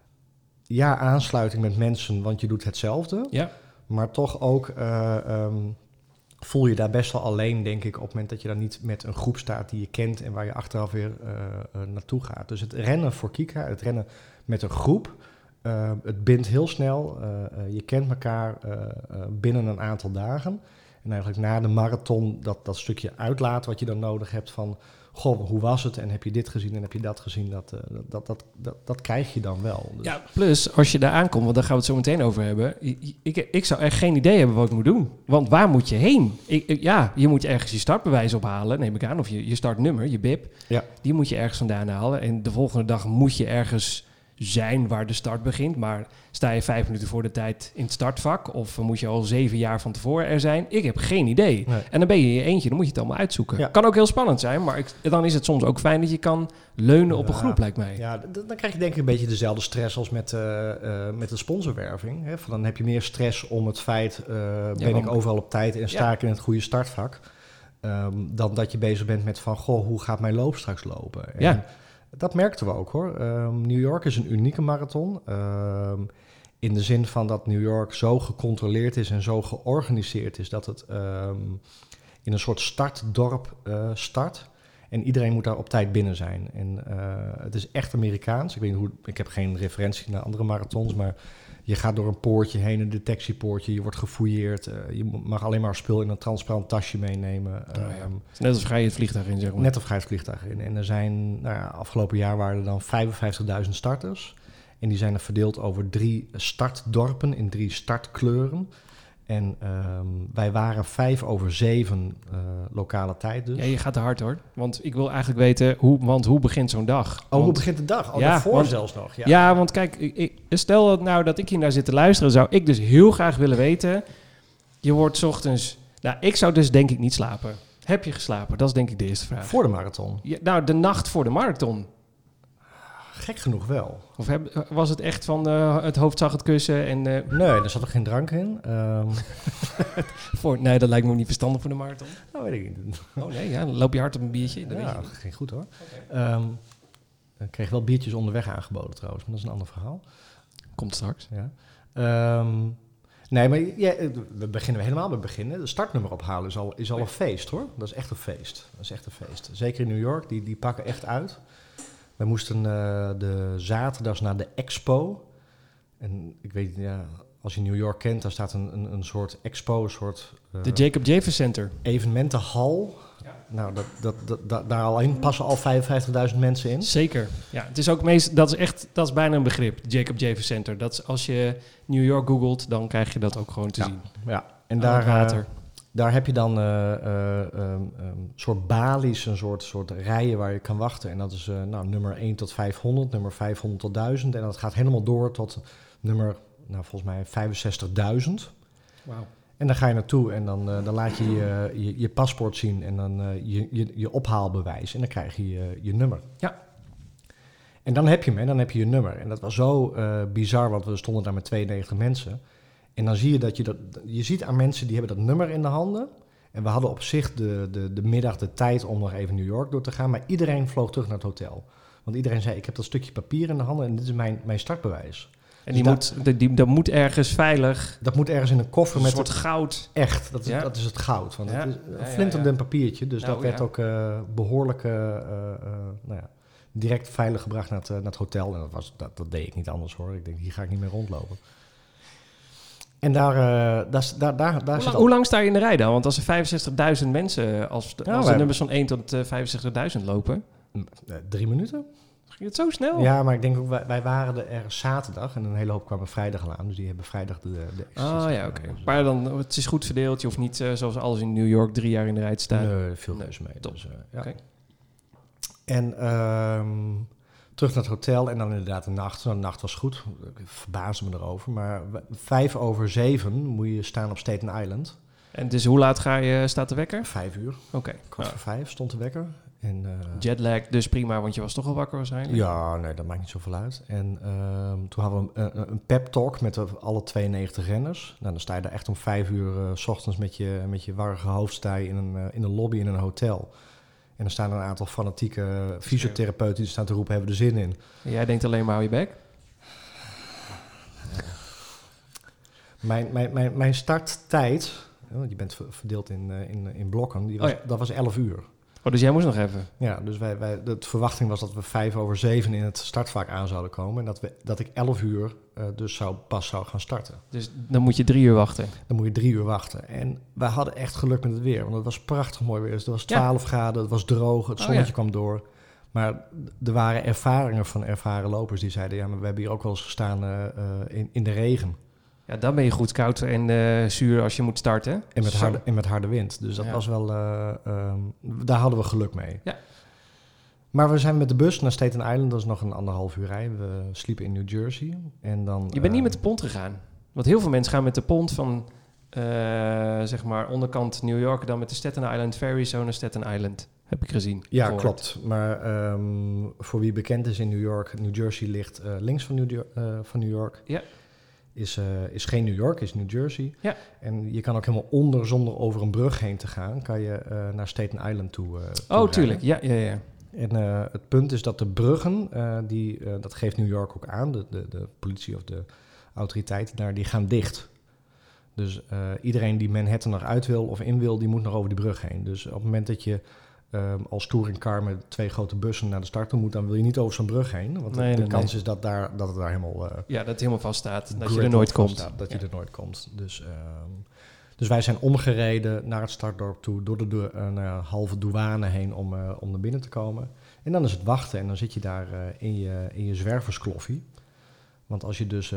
ja, aansluiting met mensen, want je doet hetzelfde. Ja. Maar toch ook uh, um, voel je daar best wel alleen, denk ik, op het moment dat je daar niet met een groep staat die je kent en waar je achteraf weer uh, uh, naartoe gaat. Dus het rennen voor Kika, het rennen met een groep, uh, het bindt heel snel. Uh, uh, je kent elkaar uh, uh, binnen een aantal dagen. En eigenlijk na de marathon dat, dat stukje uitlaten wat je dan nodig hebt van, goh, hoe was het en heb je dit gezien en heb je dat gezien, dat, uh, dat, dat, dat, dat krijg je dan wel. Dus. Ja, plus als je daar aankomt, want daar gaan we het zo meteen over hebben. Ik, ik, ik zou echt geen idee hebben wat ik moet doen. Want waar moet je heen? Ik, ik, ja, je moet ergens je startbewijs ophalen, neem ik aan, of je, je startnummer, je B I P. Ja. Die moet je ergens vandaan halen. En de volgende dag moet je ergens zijn waar de start begint. Maar sta je vijf minuten voor de tijd in het startvak of moet je al zeven jaar van tevoren er zijn? Ik heb geen idee. Nee. En dan ben je in je eentje, dan moet je het allemaal uitzoeken. Ja. Kan ook heel spannend zijn, maar ik, dan is het soms ook fijn dat je kan leunen op een groep, lijkt mij. Ja, d- dan krijg je denk ik een beetje dezelfde stress als met, uh, uh, met de sponsorwerving. Hè? Van dan heb je meer stress om het feit, uh, ben ja, ik overal op tijd en sta ik ja. in het goede startvak, um, dan dat je bezig bent met van, goh, hoe gaat mijn loop straks lopen? En ja. Dat merkten we ook, hoor. Um, New York is een unieke marathon. Um, in de zin van dat New York zo gecontroleerd is en zo georganiseerd is dat het um, in een soort startdorp uh, start. En iedereen moet daar op tijd binnen zijn. En uh, het is echt Amerikaans. Ik weet niet hoe, ik heb geen referentie naar andere marathons, maar je gaat door een poortje heen, een detectiepoortje, je wordt gefouilleerd. Uh, je mag alleen maar spul in een transparant tasje meenemen. Oh, ja. um, net als ga je het vliegtuig in, zeg maar. Net als ga je het vliegtuig in. En er zijn, nou ja, afgelopen jaar waren er dan vijfenvijftigduizend starters. En die zijn er verdeeld over drie startdorpen in drie startkleuren. En um, wij waren vijf over zeven uh, lokale tijd dus. Ja, je gaat te hard, hoor. Want ik wil eigenlijk weten, hoe, want hoe begint zo'n dag? Oh, want, hoe begint de dag? Oh, ja, daarvoor want, zelfs nog. Ja, ja want kijk, ik, ik, stel dat nou dat ik hier naar zit te luisteren, zou ik dus heel graag willen weten, je wordt 's ochtends, nou, ik zou dus denk ik niet slapen. Heb je geslapen? Dat is denk ik de eerste vraag. Voor de marathon? Ja, nou, de nacht voor de marathon. gek genoeg wel. Of heb, was het echt van uh, het hoofd zag het kussen en... Uh, nee, er zat ook geen drank in. Um, voor, nee, dat lijkt me ook niet verstandig voor de marathon. Nou, weet ik niet. Oh nee, ja, dan loop je hard op een biertje. Dat ja, weet je dat ging goed hoor. Okay. Um, ik kreeg wel biertjes onderweg aangeboden trouwens, maar dat is een ander verhaal. Komt straks. Ja. Um, nee, maar ja, we beginnen helemaal bij het begin. De startnummer ophalen is al, is al een feest hoor. Dat is echt een feest. Dat is echt een feest. Zeker in New York, die, die pakken echt uit. We moesten uh, de zaterdags naar de Expo. En ik weet, ja, als je New York kent, daar staat een, een, een soort expo, een soort... Uh, de Jacob Javits Center. Evenementenhal. Ja. Nou, dat, dat, dat, dat, daar alleen passen al vijfenvijftigduizend mensen in. Zeker. Ja, het is ook meest, dat is echt, dat is bijna een begrip, Jacob Javits Center. Dat is, als je New York googelt, dan krijg je dat ook gewoon te ja. zien. Ja, en daar, uh, daar heb je dan een uh, uh, um, um, soort balies, een soort, soort rijen waar je kan wachten. En dat is uh, nou, nummer één tot vijfhonderd, nummer vijfhonderd tot duizend. En dat gaat helemaal door tot nummer, nou, volgens mij vijfenzestigduizend. Wauw. En dan ga je naartoe en dan, uh, dan laat je je, je je paspoort zien en dan uh, je, je, je ophaalbewijs. En dan krijg je je, je nummer. Ja. En dan heb je hem en dan heb je je nummer. En dat was zo uh, bizar, want we stonden daar met tweeënnegentig mensen. En dan zie je dat je dat... Je ziet aan mensen die hebben dat nummer in de handen. En we hadden op zich de, de, de middag de tijd om nog even New York door te gaan. Maar iedereen vloog terug naar het hotel. Want iedereen zei, ik heb dat stukje papier in de handen en dit is mijn, mijn startbewijs. En die, dus moet, dat, die, dat moet ergens veilig... Dat moet ergens in een koffer een met... Een soort goud. Echt, dat is, ja. dat is het goud. Want ja. Het is een flinterend ja, ja, ja. papiertje. Dus nou, dat werd ja. ook uh, behoorlijk uh, uh, nou ja, direct veilig gebracht naar het, uh, naar het hotel. En dat, was, dat, dat deed ik niet anders hoor. Ik denk, hier ga ik niet meer rondlopen. En daar... Uh, daar, daar, daar, daar hoe, lang, hoe lang sta je in de rij dan? Want als er vijfenzestigduizend mensen... Als, de, nou, als de nummers van één tot uh, vijfenzestigduizend lopen... Uh, drie minuten. Ging het zo snel? Ja, maar ik denk ook, wij, wij waren er zaterdag en een hele hoop kwamen vrijdag aan. Dus die hebben vrijdag de, de Ah ja, oké. Okay. Dus maar dan, het is goed verdeeld. Je hoeft niet uh, zoals alles in New York drie jaar in de rij te staan. Nee, veel nee, mee. Top. Dus, uh, ja. Okay. En um, terug naar het hotel en dan inderdaad de nacht. Nou, de nacht was goed. Ik verbaasde me erover. Maar vijf over zeven moet je staan op Staten Island. En dus hoe laat ga je, staat de wekker? Vijf uur. Oké. Okay. Kwart voor vijf stond de wekker. En, uh, jetlag dus prima, want je was toch al wakker waarschijnlijk? Ja, nee, dat maakt niet zoveel uit. En uh, toen hadden we een, een pep talk met de, alle tweeënnegentig renners. Nou, dan sta je daar echt om vijf uur uh, 's ochtends met je, met je warrige hoofd sta je in een, uh, in een lobby in een hotel. En dan staan er een aantal fanatieke fysiotherapeuten die staan te roepen, hebben we er zin in. En jij denkt alleen maar, hou je bek? mijn, mijn, mijn, mijn starttijd, want je bent verdeeld in, in, in blokken, die was, oh ja. dat was elf uur. Oh, dus jij moest nog even? Ja, dus wij, wij, de verwachting was dat we vijf over zeven in het startvak aan zouden komen. En dat, we, dat ik elf uur uh, dus zou, pas zou gaan starten. Dus dan moet je drie uur wachten? Dan moet je drie uur wachten. En wij hadden echt geluk met het weer. Want het was prachtig mooi weer. Dus het was twaalf ja. graden, het was droog, het zonnetje oh, ja. kwam door. Maar er waren ervaringen van ervaren lopers die zeiden... ja, maar we hebben hier ook wel eens gestaan uh, uh, in, in de regen. Ja, dan ben je goed koud en uh, zuur als je moet starten. En met, harde, en met harde wind. Dus dat ja. was wel... Uh, um, daar hadden we geluk mee. Ja. Maar we zijn met de bus naar Staten Island. Dat is nog een anderhalf uur rijden. We sliepen in New Jersey. En dan, je bent uh, niet met de pont gegaan? Want heel veel mensen gaan met de pont van... Uh, zeg maar onderkant New York... dan met de Staten Island Ferry zo naar Staten Island. Heb ik gezien. Ja, gehoord. Klopt. Maar um, voor wie bekend is in New York... New Jersey ligt uh, links van New, uh, van New York... Ja. Is, uh, is geen New York, is New Jersey. Ja. En je kan ook helemaal onder, zonder over een brug heen te gaan... kan je uh, naar Staten Island toe, uh, toe Oh, rijden. Tuurlijk. Ja, ja, ja. En uh, het punt is dat de bruggen... Uh, die, uh, dat geeft New York ook aan... de, de, de politie of de autoriteiten daar... die gaan dicht. Dus uh, iedereen die Manhattan nog uit wil of in wil... die moet nog over die brug heen. Dus op het moment dat je... Um, als touringcar met twee grote bussen naar de start toe moet... dan wil je niet over zo'n brug heen. Want nee, de, de nee, kans nee. is dat, daar, dat het daar helemaal... Uh, ja, dat het helemaal vast staat. Dat je er nooit komt. Staat, dat ja. je er nooit komt. Dus, um, dus wij zijn omgereden naar het startdorp toe... door de do- uh, uh, halve douane heen om, uh, om naar binnen te komen. En dan is het wachten. En dan zit je daar uh, in je, in je zwerverskloffie. Want als je dus... Uh,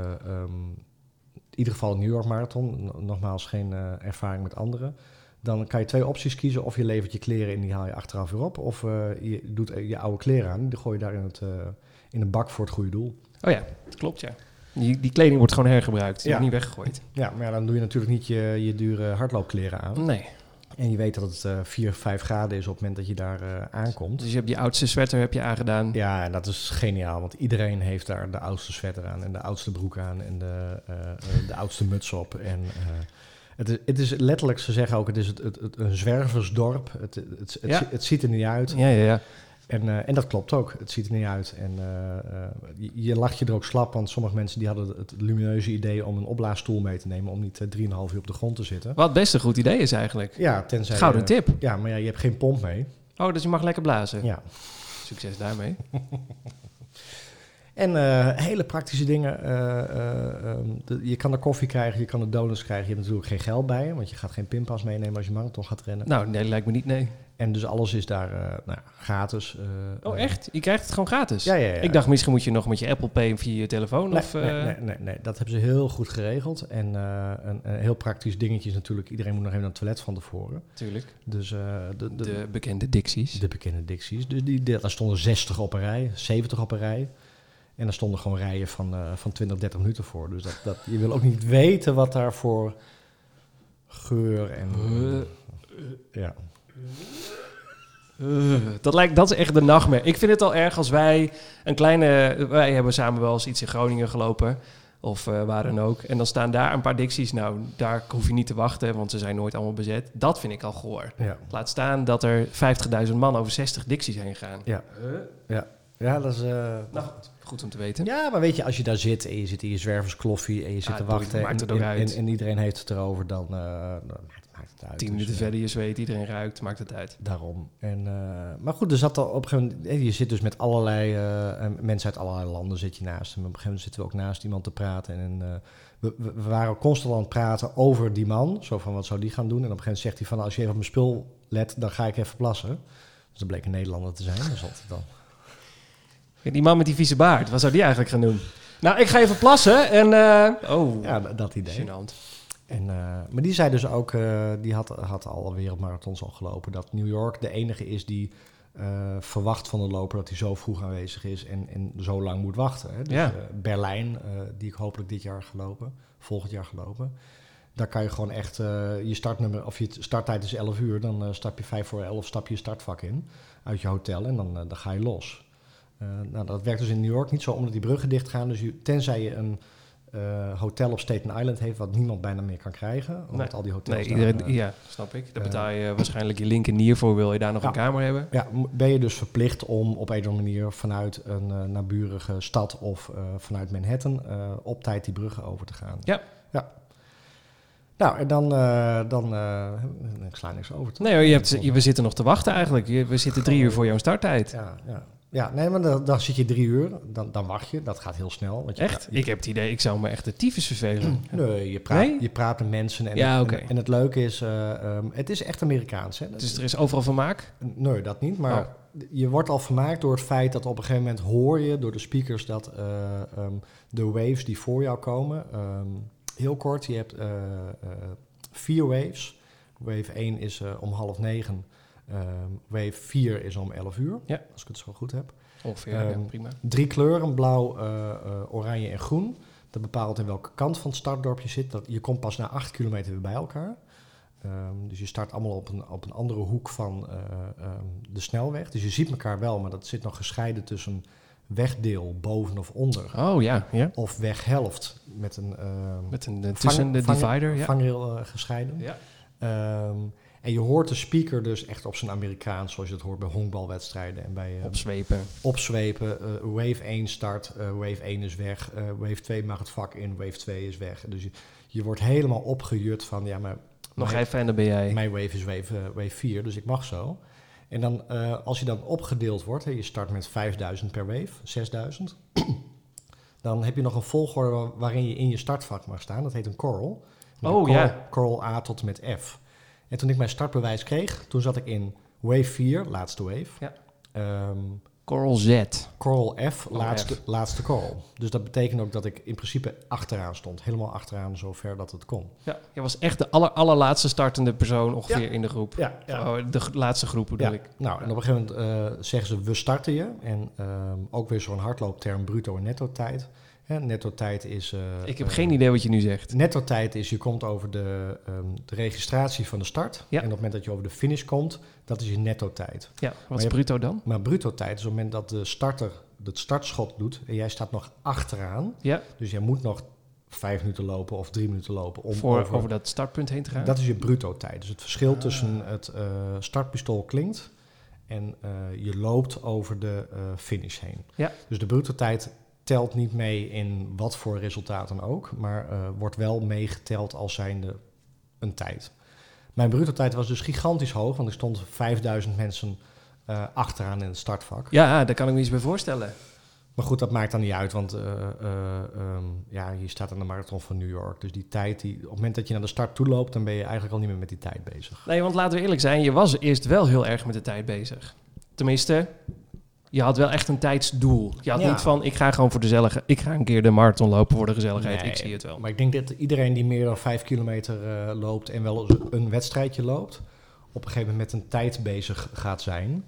um, in ieder geval een New York Marathon... nogmaals geen uh, ervaring met anderen... dan kan je twee opties kiezen. Of je levert je kleren in, die haal je achteraf weer op. Of uh, je doet je oude kleren aan. Die gooi je daar in, het, uh, in een bak voor het goede doel. Oh ja, dat klopt ja. Die, die kleding wordt gewoon hergebruikt. Die ja. wordt niet weggegooid. Ja, maar ja, dan doe je natuurlijk niet je, je dure hardloopkleren aan. Nee. En je weet dat het uh, vier, vijf graden is op het moment dat je daar uh, aankomt. Dus je hebt die oudste sweater heb je aangedaan. Ja, en dat is geniaal, want iedereen heeft daar de oudste sweater aan en de oudste broek aan en de, uh, uh, de oudste muts op. En uh, het, is, het is letterlijk, ze zeggen ook, het is het, het, het, een zwerversdorp. Het, het, het, Ja. het, het ziet er niet uit. Ja, ja, ja. En, uh, en dat klopt ook. Het ziet er niet uit. En uh, uh, je, je lacht je er ook slap, want sommige mensen die hadden het lumineuze idee om een opblaasstoel mee te nemen, om niet uh, drieënhalf uur op de grond te zitten. Wat best een goed idee is eigenlijk. Ja, tenzij... Gouden uh, tip. Ja, maar ja, je hebt geen pomp mee. Oh, dus je mag lekker blazen. Ja. Succes daarmee. En uh, hele praktische dingen. Uh, uh, um, de, je kan er koffie krijgen, je kan er donuts krijgen. Je hebt natuurlijk geen geld bij je, want je gaat geen pinpas meenemen als je marathon gaat rennen. Nou, nee, lijkt me niet, nee. En dus alles is daar uh, nou, gratis. Uh, Oh, echt? Je krijgt het gewoon gratis? Ja, ja, ja. Ik dacht, misschien moet je nog met je Apple Pay via je telefoon Nee, of... Uh... nee, nee, nee, nee, dat hebben ze heel goed geregeld. En uh, een, een heel praktisch dingetje is natuurlijk, iedereen moet nog even naar het toilet van tevoren. Tuurlijk. Dus uh, de, de, De bekende Dixies. de bekende Dixies. Dus die, die, daar stonden zestig op een rij, zeventig op een rij. En daar stonden gewoon rijen van, uh, van twintig, dertig minuten voor. Dus dat, dat, je wil ook niet weten wat daar voor geur en... Uh, uh, ja. Uh, dat, lijkt, dat is echt de nachtmerrie. Ik vind het al erg als wij een kleine... Wij hebben samen wel eens iets in Groningen gelopen. Of uh, waar dan ook. En dan staan daar een paar Dixies. Nou, daar hoef je niet te wachten, want ze zijn nooit allemaal bezet. Dat vind ik al goor. Ja. Laat staan dat er vijftigduizend man over zestig Dixies heen gaan. Ja, uh. ja. ja dat is... Uh, nou, goed. Goed om te weten. Ja, maar weet je, als je daar zit en je zit in je zwerverskloffie en je zit ah, te wachten maakt het en, ook en, uit. en, en iedereen heeft het erover, dan, uh, dan maakt, maakt het uit. Tien minuten dus, verder, je zweet, iedereen ruikt, maakt het uit. Daarom. En, uh, maar goed, er zat al op een gegeven moment, je zit dus met allerlei uh, mensen uit allerlei landen zit je naast. En op een gegeven moment zitten we ook naast iemand te praten. En uh, we, we waren constant aan het praten over die man. Zo van, wat zou die gaan doen? En op een gegeven moment zegt hij van, als je even op mijn spul let, dan ga ik even plassen. Dus dat bleek een Nederlander te zijn. Dat is altijd dan... Die man met die vieze baard, wat zou die eigenlijk gaan doen? Nou, ik ga even plassen en... Uh, oh, ja, dat idee. Gênant. En, uh, maar die zei dus ook, uh, die had, had al wereldmarathons al gelopen, dat New York de enige is die uh, verwacht van de loper dat hij zo vroeg aanwezig is en, en zo lang moet wachten. Hè. Dus ja. uh, Berlijn, uh, die ik hopelijk dit jaar gelopen, volgend jaar gelopen. Daar kan je gewoon echt, uh, je startnummer, of je starttijd is elf uur, dan uh, stap je vijf voor elf, stap je je startvak in uit je hotel en dan, uh, dan ga je los. Uh, nou, dat werkt dus in New York niet zo, omdat die bruggen dicht gaan. Dus je, tenzij je een uh, hotel op Staten Island heeft, wat niemand bijna meer kan krijgen. Omdat nee. al die hotels nee, iedereen, daar, uh, ja, snap ik. Daar betaal je uh, waarschijnlijk je linkernier voor, wil je daar nog ja, een kamer hebben. Ja, ben je dus verplicht om op een of andere manier vanuit een uh, naburige stad of uh, vanuit Manhattan uh, op tijd die bruggen over te gaan. Ja. Ja. Nou, en dan, uh, dan uh, ik sla niks over. Nee hoor, je hebt, je, we zitten nog te wachten eigenlijk. Je, we zitten drie uur voor jouw starttijd. Ja, ja. Ja, nee, maar dan, dan zit je drie uur, dan, dan wacht je. Dat gaat heel snel. Want je echt? je, ik heb het idee, ik zou me echt de tyfus vervelen. Nee, je praat, nee? je praat met mensen. En, ja, okay. en, en het leuke is, uh, um, het is echt Amerikaans. Hè? Dus er is overal vermaak? Nee, dat niet. Maar oh. je wordt al vermaakt door het feit dat op een gegeven moment hoor je door de speakers dat uh, um, de waves die voor jou komen, um, heel kort, je hebt uh, uh, vier waves. Wave één is uh, om half negen. Um, wave vier is om elf uur, ja. als ik het zo goed heb. Ongeveer, um, ja, prima. Drie kleuren, blauw, uh, uh, oranje en groen. Dat bepaalt in welke kant van het startdorp je zit. Dat, je komt pas na acht kilometer weer bij elkaar. Um, dus je start allemaal op een, op een andere hoek van uh, um, de snelweg. Dus je ziet elkaar wel, maar dat zit nog gescheiden tussen wegdeel boven of onder. Oh ja, ja. Of weghelft met een... Uh, met een uh, tussen de divider, ja. Vangrail uh, gescheiden. Ja. Um, en je hoort de speaker dus echt op zijn Amerikaans, zoals je het hoort bij honkbalwedstrijden. En bij, uh, opzwepen. Opzwepen. Uh, wave één start, uh, wave één is weg. Uh, wave twee mag het vak in, wave twee is weg. Dus je, je wordt helemaal opgejut van, ja, maar... Nog even en dan ben jij... Mijn wave is wave, uh, wave vier, dus ik mag zo. En dan, uh, als je dan opgedeeld wordt, hè, je start met vijfduizend per wave, zesduizend. Dan heb je nog een volgorde waarin je in je startvak mag staan. Dat heet een coral. Oh coral, ja. Coral A tot en met F. En toen ik mijn startbewijs kreeg, toen zat ik in wave vier, laatste wave. Ja. Um, Coral Z. Coral F, oh, laatste, F. laatste coral. Dus dat betekent ook dat ik in principe achteraan stond. Helemaal achteraan, zover dat het kon. Ja, je was echt de aller, allerlaatste startende persoon ongeveer ja. in de groep. Ja, ja. Oh, de g- laatste groep bedoel ja. ik. Nou, ja. En op een gegeven moment uh, zeggen ze, we starten je. En um, ook weer zo'n hardloopterm, bruto en netto tijd. Hè, netto tijd is... Uh, ik heb uh, geen idee wat je nu zegt. Netto tijd is, je komt over de, um, de registratie van de start. Ja. En op het moment dat je over de finish komt, dat is je netto tijd. Ja, wat is bruto dan? Maar bruto tijd is op het moment dat de starter het startschot doet en jij staat nog achteraan. Ja. Dus jij moet nog vijf minuten lopen of drie minuten lopen om Voor, over, over dat startpunt heen te gaan. Dat is je bruto tijd. Dus het verschil ah. tussen het uh, startpistool klinkt en uh, je loopt over de uh, finish heen. Ja. Dus de bruto tijd telt niet mee in wat voor resultaat dan ook, maar uh, wordt wel meegeteld als zijnde een tijd. Mijn bruto tijd was dus gigantisch hoog, want er stond vijfduizend mensen uh, achteraan in het startvak. Ja, daar kan ik me iets bij voorstellen. Maar goed, dat maakt dan niet uit, want uh, uh, um, ja, je staat aan de marathon van New York. Dus die tijd, die, op het moment dat je naar de start toe loopt, dan ben je eigenlijk al niet meer met die tijd bezig. Nee, want laten we eerlijk zijn, je was eerst wel heel erg met de tijd bezig. Tenminste, je had wel echt een tijdsdoel. Je had ja. niet van, ik ga gewoon voor de gezelligheid, ik ga een keer de marathon lopen voor de gezelligheid, nee, ik zie het wel. Maar ik denk dat iedereen die meer dan vijf kilometer uh, loopt en wel een wedstrijdje loopt, op een gegeven moment met een tijd bezig gaat zijn.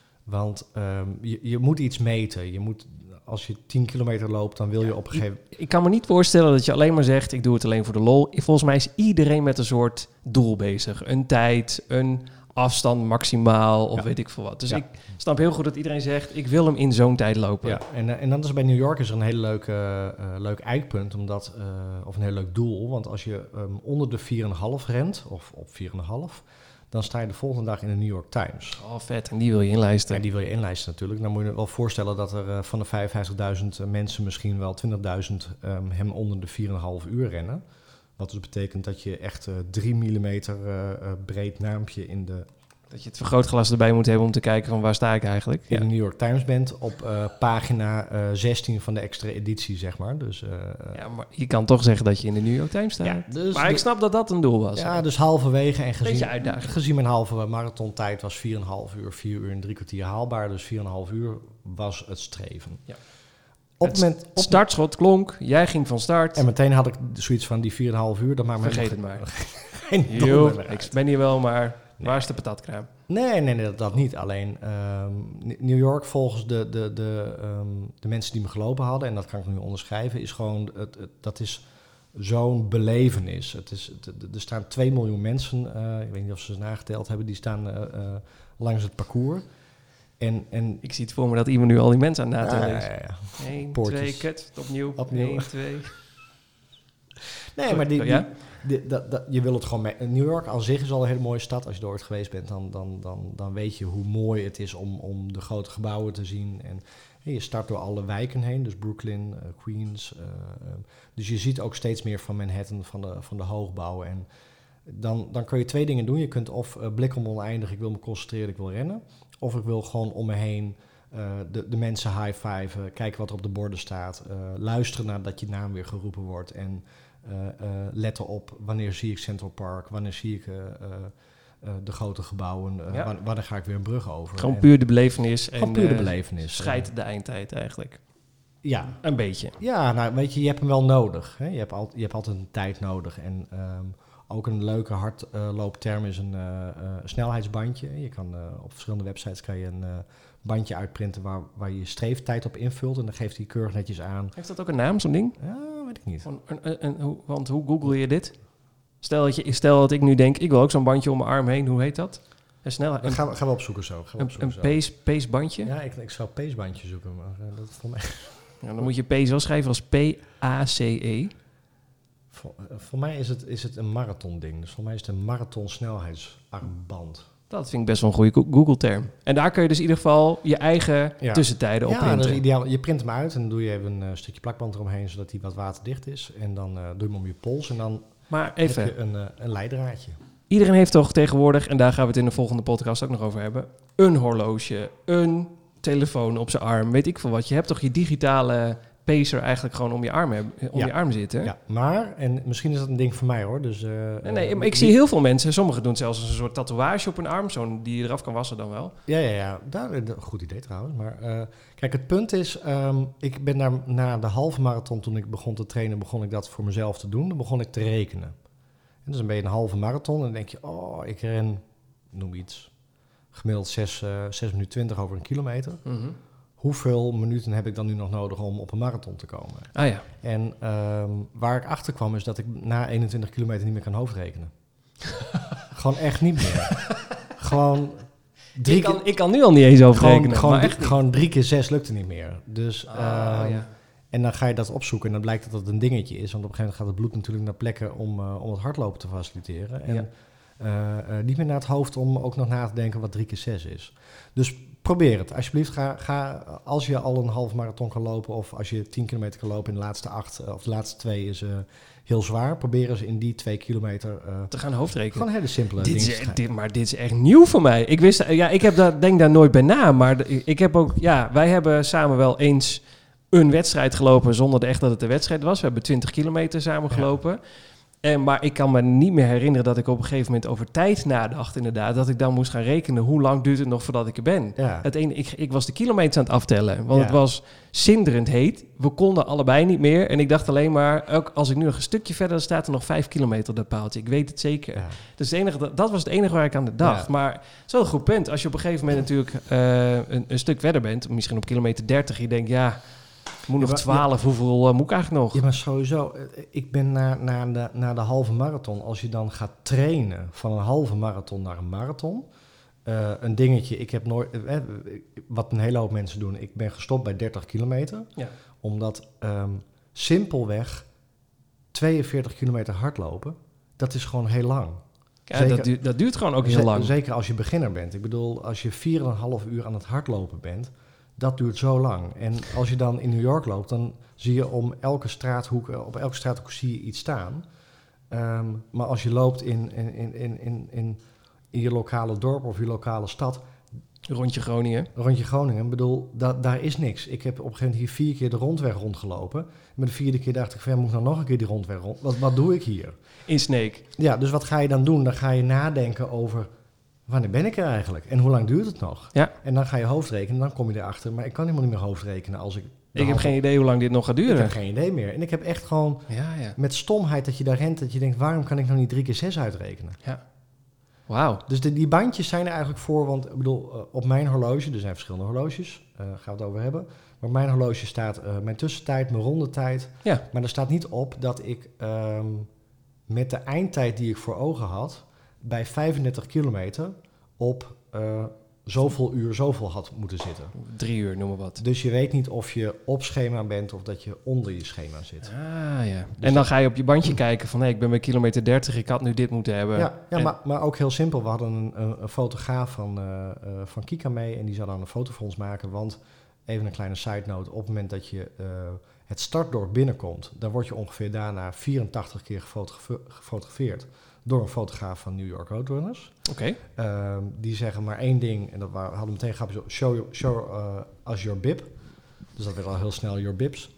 Want um, je, je moet iets meten. Je moet, als je tien kilometer loopt, dan wil je op een gegeven moment... Ik, ik kan me niet voorstellen dat je alleen maar zegt, ik doe het alleen voor de lol. Volgens mij is iedereen met een soort doel bezig. Een tijd, een afstand maximaal of ja. weet ik veel wat. Dus ja. ik snap heel goed dat iedereen zegt, ik wil hem in zo'n tijd lopen. Ja. En, uh, en dan is bij New York is er een hele leuke, uh, leuk eikpunt, omdat, uh, of een heel leuk doel. Want als je um, onder de vier komma vijf rent, of op vier komma vijf... dan sta je de volgende dag in de New York Times. Oh, vet. En die wil je inlijsten. En die wil je inlijsten natuurlijk. Dan moet je je wel voorstellen dat er uh, van de vijfenvijftigduizend mensen misschien wel twintigduizend um, hem onder de vier komma vijf uur rennen. Wat dus betekent dat je echt uh, drie millimeter uh, uh, breed naampje in de... Dat je het vergrootglas erbij moet hebben om te kijken van waar sta ik eigenlijk. In ja. de New York Times bent op uh, pagina uh, zestien van de extra editie, zeg maar. Dus, uh, ja, maar je kan toch zeggen dat je in de New York Times staat. Ja, dus maar de, ik snap dat dat een doel was. Ja, hè? Dus halverwege en gezien, gezien mijn halve marathontijd was vier komma vijf uur, vier uur en drie kwartier haalbaar. Dus vier komma vijf uur was het streven. Ja. Op het moment, op startschot klonk, jij ging van start. En meteen had ik zoiets van die vier komma vijf uur, dat maakt me vergeet het maar. Geen Yo, ik ben hier wel, maar nee. Waar is de patatkraam? Nee, nee, nee dat, dat niet. Alleen um, New York volgens de, de, de, um, de mensen die me gelopen hadden, en dat kan ik nu onderschrijven, is gewoon, het, het, dat is zo'n belevenis. Het is, het, er staan twee miljoen mensen, uh, ik weet niet of ze ze nageteld hebben, die staan uh, uh, langs het parcours. En, en ik zie het voor me dat iemand nu al die mensen aan het natellen is. Ja, ja, ja. Eén, twee, kut, opnieuw. opnieuw. Eén, twee. Nee, maar die, die, ja? die, dat, dat, je wil het gewoon mee. New York aan zich is al een hele mooie stad. Als je er ooit geweest bent, dan, dan, dan, dan weet je hoe mooi het is om, om de grote gebouwen te zien. En, en je start door alle wijken heen, dus Brooklyn, uh, Queens. Uh, uh, dus je ziet ook steeds meer van Manhattan, van de, van de hoogbouwen. En dan, dan kun je twee dingen doen. Je kunt of uh, blik om oneindig, ik wil me concentreren, ik wil rennen. Of ik wil gewoon om me heen uh, de, de mensen high-fiven, kijken wat er op de borden staat. Uh, luisteren naar dat je naam weer geroepen wordt. En uh, uh, letten op wanneer zie ik Central Park, wanneer zie ik uh, uh, uh, de grote gebouwen, uh, ja. wanneer, wanneer ga ik weer een brug over. Gewoon puur de belevenis. Gewoon en, puur de belevenis. Uh, scheidt de eindtijd eigenlijk. Ja. Een beetje. Ja, nou weet je, je hebt hem wel nodig. Hè? Je, hebt al, je hebt altijd een tijd nodig. En um, ook een leuke hardloopterm is een uh, uh, snelheidsbandje. Je kan uh, op verschillende websites kan je een uh, bandje uitprinten waar, waar je je streeftijd op invult. En dan geeft hij keurig netjes aan. Heeft dat ook een naam, zo'n ding? Ja, weet ik niet. Een, een, een, een, want hoe google je dit? Stel dat, je, stel dat ik nu denk, ik wil ook zo'n bandje om mijn arm heen. Hoe heet dat? Een snelheid. Dat gaan we, gaan we opzoeken zo. Gaan we opzoeken een een pace, pace bandje? Ja, ik, ik zou pace bandje zoeken, maar uh, dat is voor mij... Ja, dan moet je pace wel schrijven als P A C E. Voor, uh, voor mij is het, is het een marathon ding. Dus voor mij is het een marathon snelheidsarmband. Dat vind ik best wel een goede Google-term. En daar kun je dus in ieder geval je eigen ja. tussentijden op ja, printen. Ja, dat is ideaal. Je print hem uit en dan doe je even een uh, stukje plakband eromheen, zodat hij wat waterdicht is. En dan uh, doe je hem om je pols en dan maar even, heb je een, uh, een leidraadje. Iedereen heeft toch tegenwoordig, en daar gaan we het in de volgende podcast ook nog over hebben, een horloge, een telefoon op zijn arm, weet ik veel wat. Je hebt toch je digitale pacer eigenlijk gewoon om je arm, hebben, om ja. je arm zitten. Ja, maar, en misschien is dat een ding voor mij hoor. Dus, uh, nee, nee, maar ik zie heel veel mensen, sommigen doen zelfs een soort tatoeage op hun arm, zo'n die je eraf kan wassen dan wel. Ja, ja, ja. Daar, goed idee trouwens. Maar uh, kijk, het punt is, um, ik ben daar, na de halve marathon, toen ik begon te trainen, begon ik dat voor mezelf te doen. Dan begon ik te rekenen. En dus dan ben je een halve marathon en dan denk je, oh, ik ren, noem iets, gemiddeld zes minuten twintig over een kilometer. Mm-hmm. hoeveel minuten heb ik dan nu nog nodig om op een marathon te komen? Ah ja. En um, waar ik achter kwam is dat ik na eenentwintig kilometer niet meer kan hoofdrekenen. Gewoon echt niet meer. Gewoon drie ik, kan, keer, ik kan nu al niet eens overrekenen. Gewoon, gewoon, maar drie, echt gewoon drie keer zes lukte niet meer. Dus, Ah, um, ja. En dan ga je dat opzoeken en dan blijkt dat dat een dingetje is. Want op een gegeven moment gaat het bloed natuurlijk naar plekken om, uh, om het hardlopen te faciliteren. En Ja. uh, uh, niet meer naar het hoofd om ook nog na te denken wat drie keer zes is. Dus probeer het. Alsjeblieft, ga, ga als je al een half marathon kan lopen of als je tien kilometer kan lopen in de laatste acht uh, of de laatste twee is uh, heel zwaar. Probeer eens in die twee kilometer uh, te gaan hoofdrekenen. Gewoon hele simpele dit dingen. Is, dit, maar dit is echt nieuw voor mij. Ik wist, ja, ik heb daar, denk daar nooit bij na. Maar de, ik heb ook, ja, wij hebben samen wel eens een wedstrijd gelopen zonder de echt dat het een wedstrijd was. We hebben twintig kilometer samen gelopen. Ja. En, maar ik kan me niet meer herinneren dat ik op een gegeven moment over tijd nadacht, inderdaad. Dat ik dan moest gaan rekenen, hoe lang duurt het nog voordat ik er ben. Ja. Het ene, ik, ik was de kilometers aan het aftellen, want Ja. het was zinderend heet. We konden allebei niet meer. En ik dacht alleen maar, ook als ik nu nog een stukje verder, dan staat er nog vijf kilometer op dat paaltje. Ik weet het zeker. Ja. Dus het enige, dat was het enige waar ik aan dacht. Ja. Maar het is wel een goed punt. Als je op een gegeven moment natuurlijk uh, een, een stuk verder bent, misschien op kilometer dertig, je denkt, ja... Moet nog twaalf, ja, hoeveel uh, moet ik eigenlijk nog? Ja, maar sowieso. Ik ben naar, naar, de, naar de halve marathon. Als je dan gaat trainen van een halve marathon naar een marathon. Uh, een dingetje, ik heb nooit... Uh, wat een hele hoop mensen doen. Ik ben gestopt bij dertig kilometer. Ja. Omdat um, simpelweg tweeënveertig kilometer hardlopen, dat is gewoon heel lang. Ja, zeker, dat, duurt, dat duurt gewoon ook heel z- lang. Zeker als je beginner bent. Ik bedoel, als je vier en een half uur aan het hardlopen bent... Dat duurt zo lang. En als je dan in New York loopt, dan zie je om elke straathoek, op elke straathoek zie je iets staan. Um, maar als je loopt in, in, in, in, in, in je lokale dorp of je lokale stad... Rondje Groningen. Rondje Groningen, bedoel, da, daar is niks. Ik heb op een gegeven moment hier vier keer de rondweg rondgelopen. Met de vierde keer dacht ik, van, ja, moet ik nou nog een keer die rondweg rond? Wat, wat doe ik hier? In Sneek. Ja, dus wat ga je dan doen? Dan ga je nadenken over... Wanneer ben ik er eigenlijk? En hoe lang duurt het nog? Ja. En dan ga je hoofdrekenen, dan kom je erachter. Maar ik kan helemaal niet meer hoofdrekenen als ik... Ik heb geen idee hoe lang dit nog gaat duren. Ik heb geen idee meer. En ik heb echt gewoon ja, ja. met stomheid dat je daar rent... dat je denkt, waarom kan ik nou niet drie keer zes uitrekenen? Ja. Wauw. Dus de, die bandjes zijn er eigenlijk voor... want ik bedoel, uh, op mijn horloge... er zijn verschillende horloges, uh, gaan we het over hebben... maar op mijn horloge staat uh, mijn tussentijd, mijn rondetijd... Ja. maar er staat niet op dat ik um, met de eindtijd die ik voor ogen had... bij vijfendertig kilometer... op uh, zoveel uur zoveel had moeten zitten. Drie uur, noem maar wat. Dus je weet niet of je op schema bent of dat je onder je schema zit. Ah ja. Dus en dan ga je op je bandje kijken van... hé, hey, ik ben bij kilometer dertig, ik had nu dit moeten hebben. Ja, ja en... maar, maar ook heel simpel. We hadden een, een, een fotograaf van, uh, uh, van Kika mee... en die zou dan een foto voor ons maken. Want, even een kleine side note... op het moment dat je uh, het startdorp binnenkomt... dan word je ongeveer daarna vierentachtig keer gefotografeerd... gefotografeerd door een fotograaf van New York Roadrunners. Oké. Okay. Uh, die zeggen maar één ding, en dat waren, hadden meteen grapjes op, show, your, show uh, us your bib. Dus dat werd al heel snel your bibs.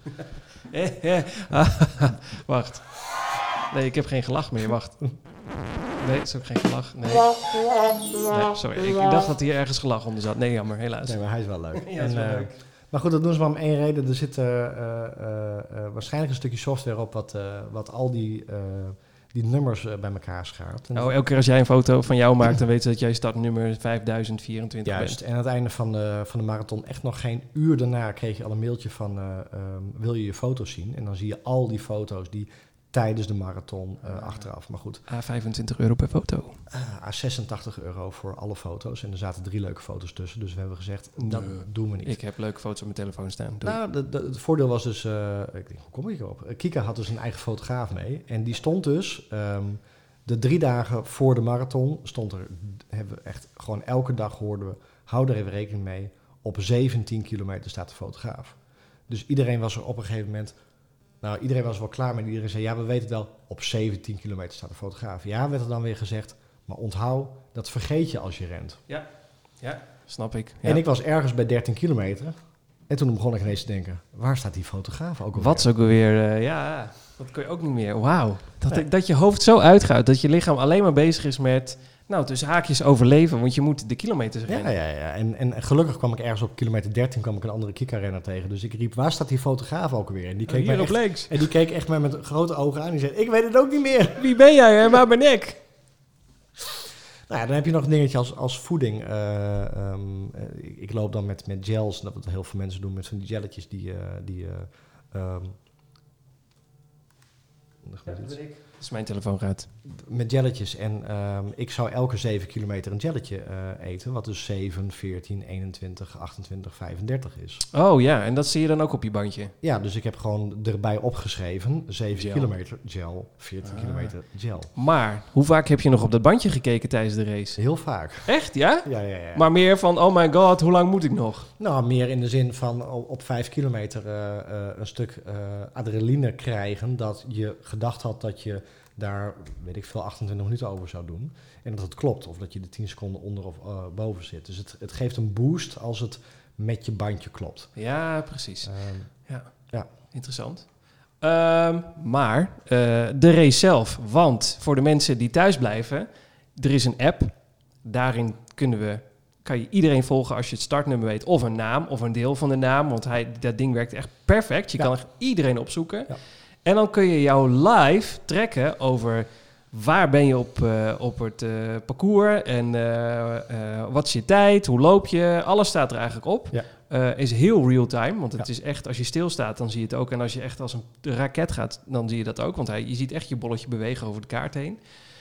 Wacht. Nee, ik heb geen gelach meer, wacht. Nee, het is ook geen gelach. Nee. nee sorry, ik, ik dacht dat hier ergens gelach onder zat. Nee, jammer, helaas. Nee, maar hij is wel leuk. Ja, is wel en, uh, leuk. Maar goed, dat doen ze maar om één reden. Er zit uh, uh, uh, waarschijnlijk een stukje software op wat, uh, wat al die... Uh, die nummers uh, bij elkaar schaart. En oh, elke keer als jij een foto van jou maakt, dan weet ze dat jij startnummer vijfduizend vierentwintig Juist, bent. en aan het einde van de, van de marathon, echt nog geen uur daarna, kreeg je al een mailtje van, uh, um, wil je je foto's zien? En dan zie je al die foto's die tijdens de marathon uh, uh, achteraf. Maar goed. A vijfentwintig euro per foto. Uh, A zesentachtig euro voor alle foto's. En er zaten drie leuke foto's tussen. Dus we hebben gezegd, dat nee, doen we niet. Ik heb leuke foto's op mijn telefoon staan. Doei. Nou, de, de, het voordeel was dus, uh, ik denk, hoe kom ik hierop? Kika had dus een eigen fotograaf mee. En die stond dus... Um, de drie dagen voor de marathon stond er, hebben we echt gewoon elke dag hoorden we, hou er even rekening mee, op zeventien kilometer staat de fotograaf. Dus iedereen was er op een gegeven moment, nou iedereen was er wel klaar met, iedereen zei, ja we weten het wel, op zeventien kilometer staat de fotograaf. Ja, werd er dan weer gezegd, maar onthoud, dat vergeet je als je rent. Ja, ja, snap ik. Ja. En ik was ergens bij dertien kilometer en toen begon ik ineens te denken, waar staat die fotograaf ook alweer? Wat is ook alweer, uh, ja... Dat kun je ook niet meer. Wauw. Dat, nee. dat je hoofd zo uitgaat. Dat je lichaam alleen maar bezig is met... Nou, tussen haakjes overleven. Want je moet de kilometers rennen. Ja, ja, ja. En, en gelukkig kwam ik ergens op kilometer dertien... kwam ik een andere Kika-renner tegen. Dus ik riep, waar staat die fotograaf ook weer? En die keek, oh, hier mij op echt, links. en die keek echt mij met grote ogen aan. En die zei, ik weet het ook niet meer. Wie ben jij en waar ben ik? Nou ja, dan heb je nog een dingetje als, als voeding. Uh, um, uh, ik, ik loop dan met, met gels, dat wat heel veel mensen doen met van die gelletjes die... Uh, die uh, um, ja, dat ben ik. Dat is mijn telefoon gaat. Met jelletjes. En um, ik zou elke zeven kilometer een jelletje uh, eten. Wat dus zeven, veertien, eenentwintig, achtentwintig, vijfendertig is. Oh ja, en dat zie je dan ook op je bandje? Ja, dus ik heb gewoon erbij opgeschreven. zeven Gel. kilometer gel, veertien Ah. kilometer gel. Maar hoe vaak heb je nog op dat bandje gekeken tijdens de race? Heel vaak. Echt, ja? Ja, ja, ja. Maar meer van, oh my god, hoe lang moet ik nog? Nou, meer in de zin van op, op vijf kilometer uh, uh, een stuk uh, adrenaline krijgen. Dat je gedacht had dat je daar, weet ik veel, achtentwintig minuten over zou doen. En dat het klopt. Of dat je de tien seconden onder of uh, boven zit. Dus het, het geeft een boost als het met je bandje klopt. Ja, precies. Um, ja. ja, interessant. Um, maar uh, de race zelf. Want voor de mensen die thuis blijven, er is een app. Daarin kunnen we, kan je iedereen volgen als je het startnummer weet. Of een naam, of een deel van de naam. Want hij, dat ding werkt echt perfect. Je ja. kan echt iedereen opzoeken. Ja. En dan kun je jou live trekken over waar ben je op, uh, op het uh, parcours. En uh, uh, wat is je tijd, hoe loop je. Alles staat er eigenlijk op. Ja. Uh, is heel real-time, want het Ja. is echt, als je stilstaat, dan zie je het ook. En als je echt als een raket gaat, dan zie je dat ook. Want hij, je ziet echt je bolletje bewegen over de kaart heen.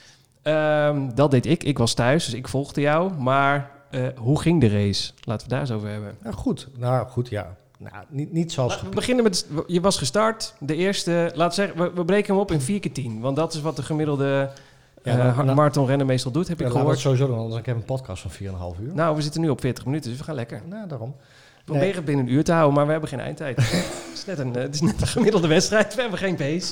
Um, dat deed ik. Ik was thuis, dus ik volgde jou. Maar uh, hoe ging de race? Laten we daar eens over hebben. Nou, goed. Nou, goed, ja. Nou, niet, niet zoals... Laten we beginnen met, je was gestart. De eerste, laten we zeggen, we, we breken hem op in vier keer tien. Want dat is wat de gemiddelde Ja, nou, uh, nou, marathonrenner meestal doet, heb ja, ik laten we gehoord. het sowieso doen, anders heb ik een podcast van vier komma vijf uur. Nou, we zitten nu op veertig minuten, dus we gaan lekker. Nou, daarom. We proberen het binnen een uur te houden, maar we hebben geen eindtijd. het, is net een, het is net een gemiddelde wedstrijd, we hebben geen pace.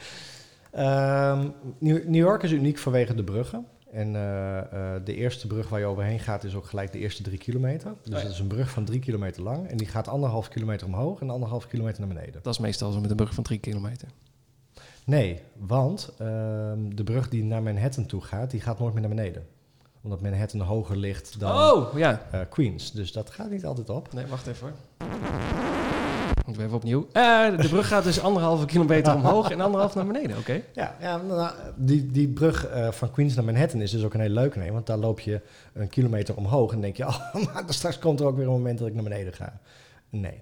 Um, New, New York is uniek vanwege de bruggen. En uh, uh, de eerste brug waar je overheen gaat is ook gelijk de eerste drie kilometer. Dus oh ja. het is een brug van drie kilometer lang. En die gaat anderhalf kilometer omhoog en anderhalf kilometer naar beneden. Dat is meestal zo met een brug van drie kilometer. Nee, want uh, de brug die naar Manhattan toe gaat, die gaat nooit meer naar beneden. Omdat Manhattan hoger ligt dan oh, ja. uh, Queens. Dus dat gaat niet altijd op. Nee, wacht even hoor. Moeten we even opnieuw. Uh, de brug gaat dus anderhalve kilometer omhoog en anderhalf naar beneden, oké? Okay. Ja, ja nou, die, die brug uh, van Queens naar Manhattan is dus ook een hele leuke nee, want daar loop je een kilometer omhoog en denk je, oh, maar straks komt er ook weer een moment dat ik naar beneden ga. Nee.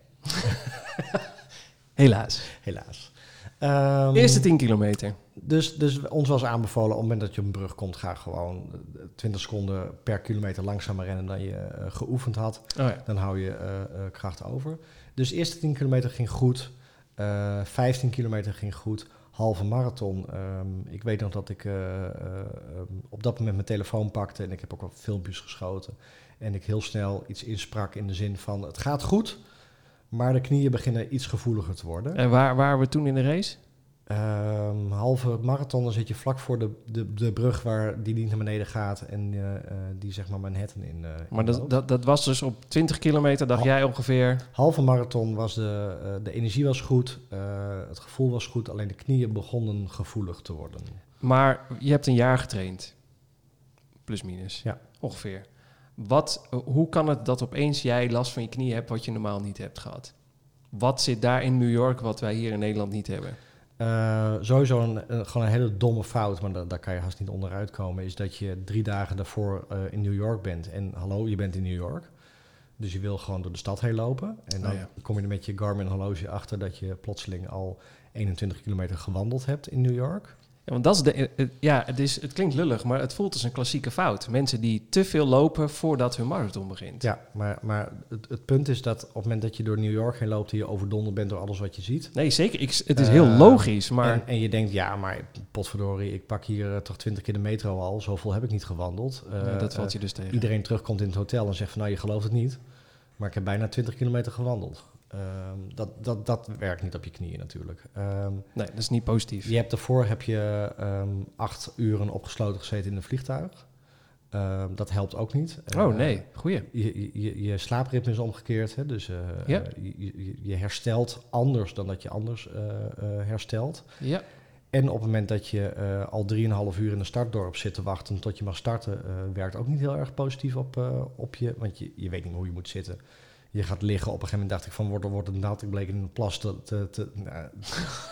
Helaas. Helaas. Um, Eerste tien kilometer. Dus, dus ons was aanbevolen, op het moment dat je op een brug komt, ga gewoon twintig seconden per kilometer langzamer rennen dan je uh, geoefend had. Oh ja. Dan hou je uh, uh, kracht over. Dus de eerste tien kilometer ging goed. Uh, vijftien kilometer ging goed. Halve marathon. Um, ik weet nog dat ik uh, uh, um, op dat moment mijn telefoon pakte en ik heb ook wat filmpjes geschoten. En ik heel snel iets insprak in de zin van, het gaat goed, maar de knieën beginnen iets gevoeliger te worden. En waar waren we toen in de race? Um, halve marathon, dan zit je vlak voor de, de, de brug waar die niet naar beneden gaat en uh, uh, die zeg maar Manhattan in. Uh, maar in dat, dat, dat was dus op twintig kilometer, dacht Hal- jij ongeveer? Halve marathon was de, uh, de energie was goed, uh, het gevoel was goed, alleen de knieën begonnen gevoelig te worden. Maar je hebt een jaar getraind, plus minus, ja. ongeveer. Wat, hoe kan het dat opeens jij last van je knieën hebt wat je normaal niet hebt gehad? Wat zit daar in New York wat wij hier in Nederland niet hebben? Uh, sowieso een, een, gewoon een hele domme fout, maar da- daar kan je haast niet onderuit komen, is dat je drie dagen daarvoor uh, in New York bent. En hallo, je bent in New York. Dus je wil gewoon door de stad heen lopen. En dan oh ja. kom je er met je Garmin horloge achter dat je plotseling al eenentwintig kilometer gewandeld hebt in New York. Ja, want dat is de, uh, ja, het, is, het klinkt lullig, maar het voelt als een klassieke fout. Mensen die te veel lopen voordat hun marathon begint. Ja, maar, maar het, het punt is dat op het moment dat je door New York heen loopt en je overdonderd bent door alles wat je ziet. Nee, zeker. Ik, het is heel uh, logisch, maar... En, en je denkt, ja, maar potverdorie, ik pak hier uh, toch twintig keer de metro al. Zoveel heb ik niet gewandeld. Uh, ja, dat valt je dus tegen. Uh, iedereen terugkomt in het hotel en zegt van, nou, je gelooft het niet. Maar ik heb bijna twintig kilometer gewandeld. Um, dat, dat, dat werkt niet op je knieën natuurlijk. Um, nee, dat is niet positief. Je hebt daarvoor heb je um, acht uren opgesloten gezeten in een vliegtuig. Um, dat helpt ook niet. Oh uh, nee, goeie. Je, je, je slaapritme is omgekeerd. Hè? Dus uh, ja. uh, je, je herstelt anders dan dat je anders uh, uh, herstelt. Ja. En op het moment dat je uh, al drieënhalf uur in een startdorp zit te wachten tot je mag starten, uh, werkt ook niet heel erg positief op, uh, op je. Want je, je weet niet meer hoe je moet zitten. Je gaat liggen. Op een gegeven moment dacht ik van, wordt, wordt het nat? Ik bleek in een plas te... te, te nou,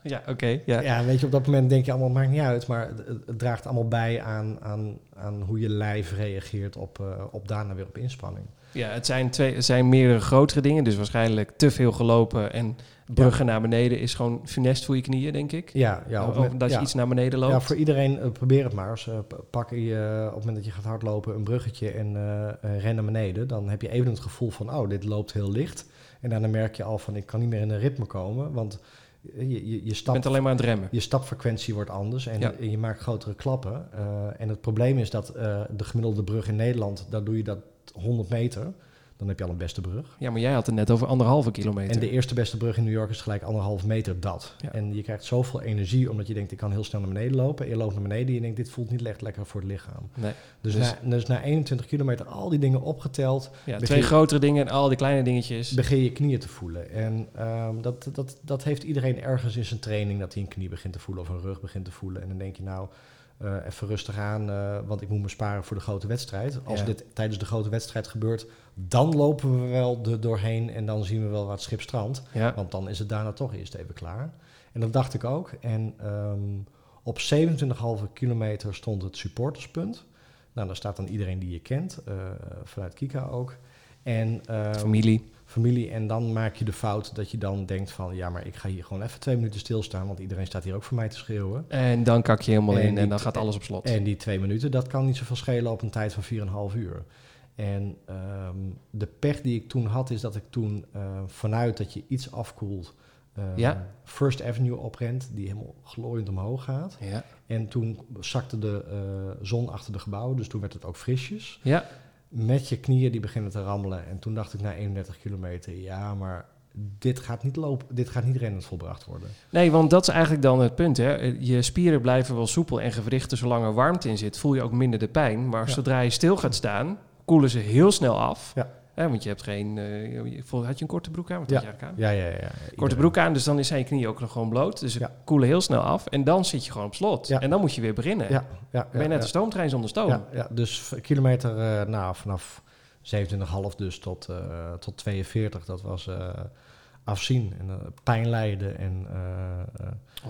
Ja, oké. Okay, ja. ja, weet je, op dat moment denk je allemaal, maakt niet uit. Maar het, het draagt allemaal bij aan, aan, aan hoe je lijf reageert op, uh, op daarna weer op inspanning. Ja, het zijn, twee, het zijn meerdere grotere dingen. Dus waarschijnlijk te veel gelopen en bruggen ja. naar beneden is gewoon funest voor je knieën, denk ik. Ja, ja of dat je ja. iets naar beneden loopt. Ja, voor iedereen, uh, probeer het maar eens. Uh, pak je uh, op het moment dat je gaat hardlopen een bruggetje en uh, uh, ren naar beneden. Dan heb je even het gevoel van, oh, dit loopt heel licht. En daarna merk je al van, ik kan niet meer in een ritme komen, want je, je, je, stap, je bent alleen maar aan het remmen. Je stapfrequentie wordt anders en, ja. en je maakt grotere klappen. Uh, en het probleem is dat uh, de gemiddelde brug in Nederland, daar doe je dat honderd meter. Dan heb je al een beste brug. Ja, maar jij had het net over anderhalve kilometer. En de eerste beste brug in New York is gelijk anderhalf meter dat. Ja. En je krijgt zoveel energie omdat je denkt, ik kan heel snel naar beneden lopen. En je loopt naar beneden en je denkt, dit voelt niet echt lekker voor het lichaam. Nee. Dus, dus, na, dus na eenentwintig kilometer al die dingen opgeteld. Ja, twee je, grotere dingen en al die kleine dingetjes. Begin je knieën te voelen. En um, dat, dat, dat heeft iedereen ergens in zijn training, dat hij een knie begint te voelen of een rug begint te voelen. En dan denk je nou, uh, even rustig aan, uh, want ik moet me sparen voor de grote wedstrijd. Als ja. dit tijdens de grote wedstrijd gebeurt, dan lopen we wel er doorheen en dan zien we wel wat schip strandt. Ja. Want dan is het daarna toch eerst even klaar. En dat dacht ik ook. En um, op zevenentwintig komma vijf kilometer stond het supporterspunt. Nou, daar staat dan iedereen die je kent, uh, vanuit Kika ook. En, um, familie. Familie. En dan maak je de fout dat je dan denkt van, ja, maar ik ga hier gewoon even twee minuten stilstaan, want iedereen staat hier ook voor mij te schreeuwen. En dan kak je helemaal en in en dan gaat alles op slot. En die twee minuten, dat kan niet zoveel schelen op een tijd van vier komma vijf uur. En um, de pech die ik toen had, is dat ik toen uh, vanuit dat je iets afkoelt, uh, ja. First Avenue oprent, die helemaal glooiend omhoog gaat. Ja. En toen zakte de uh, zon achter de gebouwen, dus toen werd het ook frisjes. Ja. Met je knieën die beginnen te rammelen. En toen dacht ik na eenendertig kilometer, ja, maar dit gaat niet lopen, dit gaat niet rennend volbracht worden. Nee, want dat is eigenlijk dan het punt, hè. Je spieren blijven wel soepel en gewrichten, zolang er warmte in zit, voel je ook minder de pijn. Maar ja. zodra je stil gaat staan, koelen ze heel snel af. Ja. Hè, want je hebt geen... Uh, had je een korte broek aan? Wat ja. had je eigenlijk aan? Ja, ja, ja. ja. Korte Iedereen. broek aan, dus dan zijn je knieën ook nog gewoon bloot. Dus ze ja. koelen heel snel af. En dan zit je gewoon op slot. Ja. En dan moet je weer beginnen. Ja. Ja. Ben je net ja. een stoomtrein zonder stoom. Ja, ja. Dus kilometer uh, nou, vanaf zevenentwintig komma vijf dus tot, uh, tot tweeënveertig. Dat was uh, afzien en uh, pijn lijden. En, uh, uh, oh.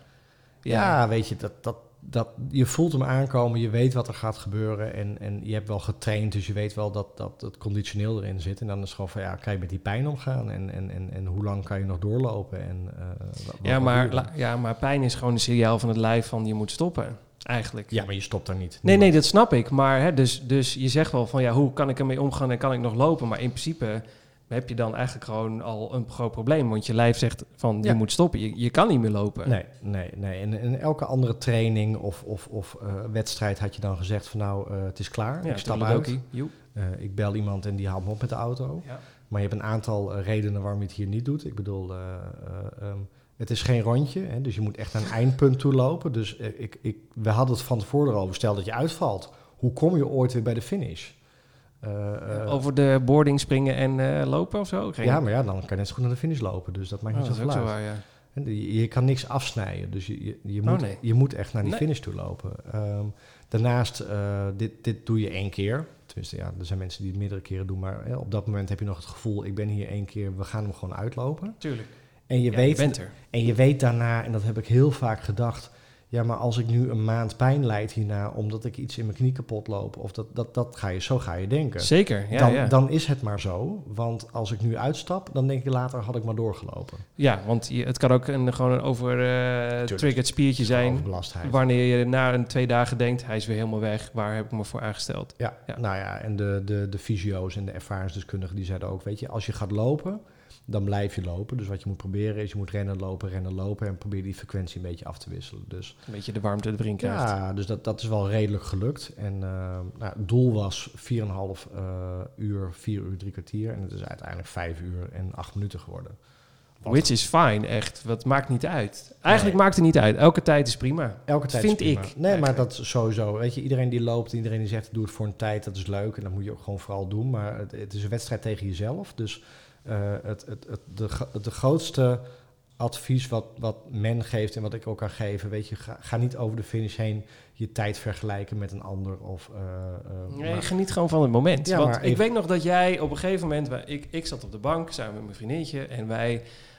ja. ja, weet je, dat... dat Dat, je voelt hem aankomen, je weet wat er gaat gebeuren en, en je hebt wel getraind, dus je weet wel dat, dat het conditioneel erin zit. En dan is het gewoon van, ja, kan je met die pijn omgaan en, en, en, en hoe lang kan je nog doorlopen? En, uh, wat, ja, maar, la, ja, maar pijn is gewoon een signaal van het lijf van je moet stoppen, eigenlijk. Ja, maar je stopt daar niet. Nee, nee, dat snap ik. Maar hè, dus, dus je zegt wel van, ja, hoe kan ik ermee omgaan en kan ik nog lopen? Maar in principe heb je dan eigenlijk gewoon al een groot probleem. Want je lijf zegt van, je ja. moet stoppen. Je, je kan niet meer lopen. Nee, nee, nee. En in elke andere training of, of, of uh, wedstrijd had je dan gezegd van, nou, uh, het is klaar. Ja, ik stap uit. Uh, ik bel iemand en die haalt me op met de auto. Ja. Maar je hebt een aantal uh, redenen waarom je het hier niet doet. Ik bedoel, uh, uh, um, het is geen rondje. Hè, dus je moet echt naar een eindpunt toe lopen. Dus uh, ik, ik, we hadden het van tevoren erover. Stel dat je uitvalt. Hoe kom je ooit weer bij de finish? Uh, uh, Over de boarding springen en uh, lopen of zo? Geen... Ja, maar ja, dan kan je net zo goed naar de finish lopen. Dus dat maakt niet oh, zoveel uit. Zo waar, ja. je, je kan niks afsnijden. Dus je, je, je, moet, oh, nee. je moet echt naar die nee. finish toe lopen. Um, daarnaast, uh, dit, dit doe je één keer. Tenminste, ja, er zijn mensen die het meerdere keren doen. Maar ja, op dat moment heb je nog het gevoel, ik ben hier één keer, we gaan hem gewoon uitlopen. Tuurlijk. En je, ja, weet, je bent er. En je weet daarna, en dat heb ik heel vaak gedacht, ja, maar als ik nu een maand pijn lijd hierna, omdat ik iets in mijn knie kapot loop, of dat, dat, dat ga je, zo ga je denken. Zeker, ja, dan, ja. dan is het maar zo, want als ik nu uitstap, dan denk je later, had ik maar doorgelopen. Ja, want je, het kan ook een, gewoon een over-triggered uh, spiertje zijn, wanneer je na een twee dagen denkt, hij is weer helemaal weg, waar heb ik me voor aangesteld? Ja, ja. Nou ja, en de, de, de fysio's en de ervaringsdeskundigen, die zeiden ook, weet je, als je gaat lopen, dan blijf je lopen. Dus wat je moet proberen is, je moet rennen, lopen, rennen, lopen en probeer die frequentie een beetje af te wisselen. Dus, een beetje de warmte erin krijgt. Ja, dus dat, dat is wel redelijk gelukt. En uh, nou, het doel was vier komma vijf uh, uur, vier uur, drie kwartier. En het is uiteindelijk vijf uur en acht minuten geworden. Wat? Which is fine, echt. Wat maakt niet uit. Eigenlijk nee. maakt het niet uit. Elke tijd is prima. Elke tijd vind is prima. ik. Nee, eigenlijk. Maar dat is sowieso. Weet je, iedereen die loopt, iedereen die zegt, doe het voor een tijd, dat is leuk. En dat moet je ook gewoon vooral doen. Maar het, het is een wedstrijd tegen jezelf. Dus Uh, het, het, het, de, de grootste advies wat, wat men geeft en wat ik ook kan geven, weet je, ga, ga niet over de finish heen je tijd vergelijken met een ander. Of, uh, uh, nee, maar, geniet gewoon van het moment. Ja, Want maar ik even, weet nog dat jij op een gegeven moment, ik, ik zat op de bank samen met mijn vriendinnetje en wij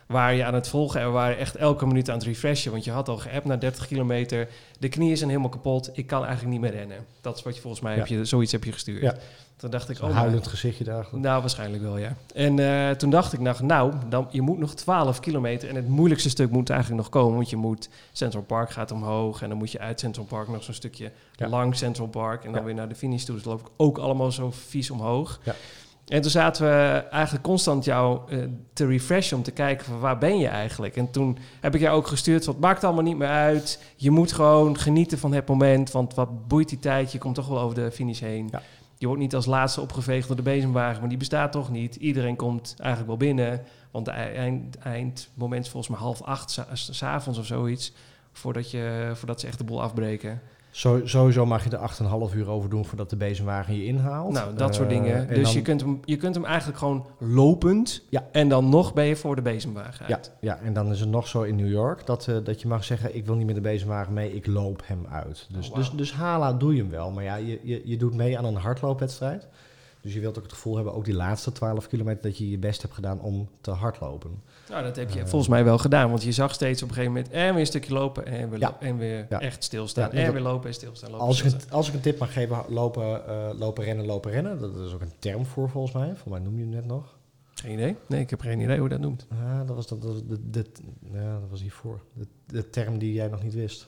waar je aan het volgen en waar je echt elke minuut aan het refreshen. Want je had al geappt na dertig kilometer. De knieën zijn helemaal kapot. Ik kan eigenlijk niet meer rennen. Dat is wat je volgens mij, ja. heb je, zoiets heb je gestuurd. Ja. Toen dacht ik, Een oh, huilend nou, gezichtje daarachter. Nou, waarschijnlijk wel, ja. En uh, toen dacht ik, nou, nou dan, je moet nog twaalf kilometer. En het moeilijkste stuk moet eigenlijk nog komen. Want je moet, Central Park gaat omhoog. En dan moet je uit Central Park nog zo'n stukje ja. lang Central Park. En dan ja. weer naar de finish toe. Dus dat loopt ook allemaal zo vies omhoog. Ja. En toen zaten we eigenlijk constant jou uh, te refreshen om te kijken van waar ben je eigenlijk. En toen heb ik jou ook gestuurd van het maakt allemaal niet meer uit. Je moet gewoon genieten van het moment. Want wat boeit die tijd? Je komt toch wel over de finish heen. Ja. Je wordt niet als laatste opgeveegd door de bezemwagen, maar die bestaat toch niet. Iedereen komt eigenlijk wel binnen. Want de eind, eindmoment is volgens mij half acht, s'avonds of zoiets. Voordat, je, voordat ze echt de boel afbreken. Zo, sowieso mag je er acht en een half uur over doen voordat de bezemwagen je inhaalt. Nou, dat uh, soort dingen. Dus dan, je, kunt hem, je kunt hem eigenlijk gewoon lopend. Ja. En dan nog ben je voor de bezemwagen uit. Ja, ja, en dan is het nog zo in New York dat, uh, dat je mag zeggen, ik wil niet met de bezemwagen mee, ik loop hem uit. Dus, oh, wow. dus, dus hala doe je hem wel. Maar ja, je, je, je doet mee aan een hardloopwedstrijd. Dus je wilt ook het gevoel hebben, ook die laatste twaalf kilometer, dat je je best hebt gedaan om te hardlopen. Nou, dat heb je uh, volgens mij wel gedaan. Want je zag steeds op een gegeven moment en weer een stukje lopen en weer, ja. lo- en weer ja. echt stilstaan. Ja, en weer lopen en stilstaan. Lopen, als, stilstaan. Ik een, als ik een tip mag geven, lopen, uh, lopen, rennen, lopen, rennen. Dat is ook een term voor volgens mij. Volgens mij noem je hem net nog. Geen idee? Nee, ik heb geen idee hoe je dat noemt. Ah, dat was, dat, dat, de, de, ja, dat was hiervoor. De, de term die jij nog niet wist.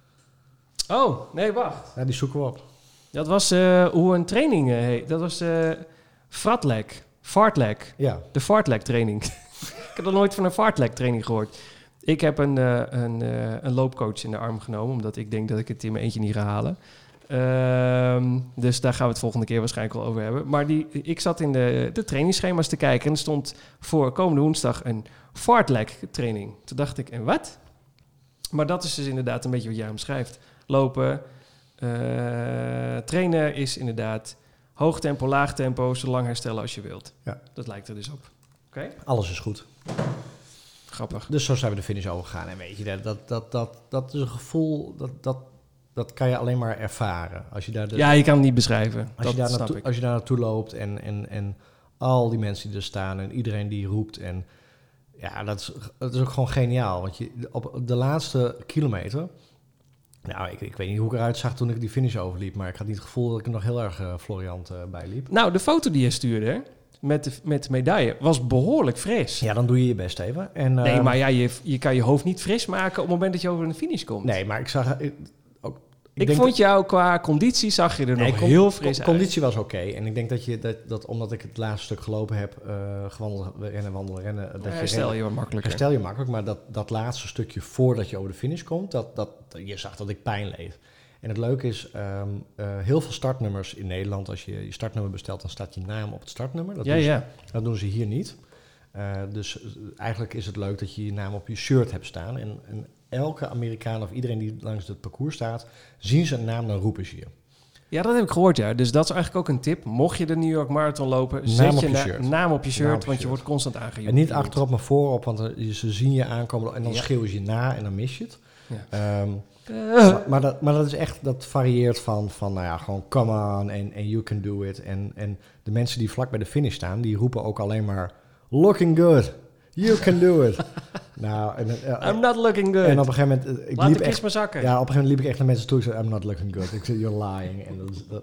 Oh, nee, wacht. Ja, die zoeken we op. Dat was uh, hoe een training uh, heet. Dat was uh, fartlek. Fartlek. Ja. De fartlek training. Ik heb nog nooit van een fartlek training gehoord. Ik heb een, uh, een, uh, een loopcoach in de arm genomen, omdat ik denk dat ik het in mijn eentje niet ga halen. Uh, dus daar gaan we het volgende keer waarschijnlijk wel over hebben. Maar die, ik zat in de, de trainingsschema's te kijken en er stond voor komende woensdag een fartlek training. Toen dacht ik, en wat? Maar dat is dus inderdaad een beetje wat jij omschrijft. Lopen, uh, trainen is inderdaad hoog tempo, laag tempo, zo lang herstellen als je wilt. Ja. Dat lijkt er dus op. Okay. Alles is goed. Grappig. Dus zo zijn we de finish overgegaan. En weet je, dat, dat, dat, dat is een gevoel, dat, dat, dat kan je alleen maar ervaren. Als je daar de, ja, je kan het niet beschrijven. Als, dat je daar, snap naartoe, ik. als je daar naartoe loopt en, en, en al die mensen die er staan en iedereen die roept. En ja, dat is, dat is ook gewoon geniaal. Want je, op de laatste kilometer... Nou, ik, ik weet niet hoe ik eruit zag toen ik die finish overliep. Maar ik had niet het gevoel dat ik er nog heel erg uh, floriant uh, bij liep. Nou, de foto die je stuurde met de, met de medaille was behoorlijk fris. Ja, dan doe je je best even. En, uh, nee, maar ja, je, je kan je hoofd niet fris maken op het moment dat je over de finish komt. Nee, maar ik zag... Ik, ook, ik, ik denk vond dat, jou qua conditie, zag je er nee, nog con, heel fris con, conditie uit. was oké. Okay. En ik denk dat je, dat, dat omdat ik het laatste stuk gelopen heb, uh, gewandeld, rennen, wandelen, rennen... Dat ja, je herstel rennen, je wat makkelijker. Herstel je makkelijk, maar dat, dat laatste stukje voordat je over de finish komt, dat, dat, je zag dat ik pijn leed. En het leuke is, um, uh, heel veel startnummers in Nederland, als je je startnummer bestelt, dan staat je naam op het startnummer. Dat, ja, doen, ze, ja. dat doen ze hier niet. Uh, dus uh, eigenlijk is het leuk dat je je naam op je shirt hebt staan. En, en elke Amerikaan of iedereen die langs het parcours staat, zien zijn naam, dan roepen ze je. Ja, dat heb ik gehoord, ja. Dus dat is eigenlijk ook een tip. Mocht je de New York Marathon lopen, naam zet je, je na- naam op je shirt, op je want shirt. Je wordt constant aangegeven. En niet achterop, maar voorop, want uh, ze zien je aankomen en dan ja. schreeuwen ze je na en dan mis je het. Ja. Um, Uh. Maar, maar, dat, maar dat is echt, dat varieert van, van nou ja, gewoon come on en, en you can do it. En, en de mensen die vlak bij de finish staan, die roepen ook alleen maar looking good, you can do it. nou, en, uh, I'm not looking good. En op een gegeven moment, uh, ik Laat liep de echt, maar zakken. Ja, op een gegeven moment liep ik echt naar mensen toe. Ik zei, I'm not looking good. Ik zei, you're lying. En dat is dat,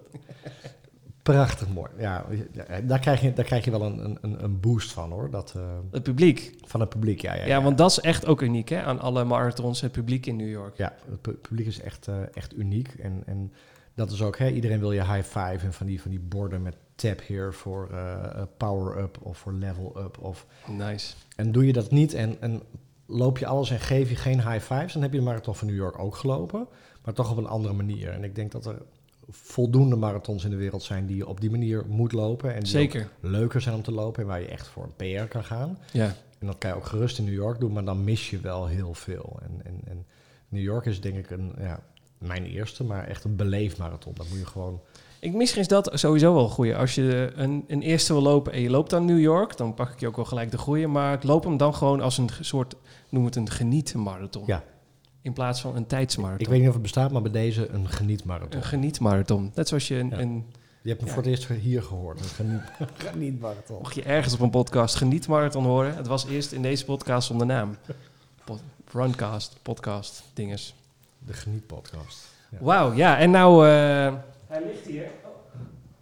prachtig mooi. Ja, daar krijg je, daar krijg je wel een, een, een boost van, hoor. Dat, uh, het publiek. Van het publiek, ja. Ja, ja, ja. want dat is echt ook uniek, hè, aan alle marathons, het publiek in New York. Ja, het publiek is echt, uh, echt uniek. En, en dat is ook, hè, iedereen wil je high five en van die, van die borden met tap here voor uh, power up of voor level up. Of, nice. En doe je dat niet en, en loop je alles en geef je geen high fives, dan heb je de marathon van New York ook gelopen. Maar toch op een andere manier. En ik denk dat er voldoende marathons in de wereld zijn die je op die manier moet lopen. En die zeker leuker zijn om te lopen en waar je echt voor een P R kan gaan. Ja. En dat kan je ook gerust in New York doen, maar dan mis je wel heel veel. En, en, en New York is denk ik een, ja, mijn eerste, maar echt een beleefmarathon. Dat moet je gewoon... Ik, misschien is dat sowieso wel een goeie. Als je een, een eerste wil lopen en je loopt dan New York, dan pak ik je ook wel gelijk de goeie. Maar ik loop hem dan gewoon als een soort, noem het een genietmarathon. Ja. In plaats van een tijdsmarathon. Ik weet niet of het bestaat, maar bij deze een genietmarathon. Een genietmarathon. Net zoals je een, ja. een Je hebt hem ja. voor het eerst hier gehoord. Geniet, geniet marathon. Mocht je ergens op een podcast Geniet Marathon horen? Het was eerst in deze podcast zonder naam. Pod, Runcast, podcast, dinges. De Geniet podcast. Ja. Wauw, ja. En nou... Uh, hij ligt hier. Oh.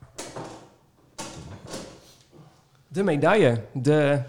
De medaille. De,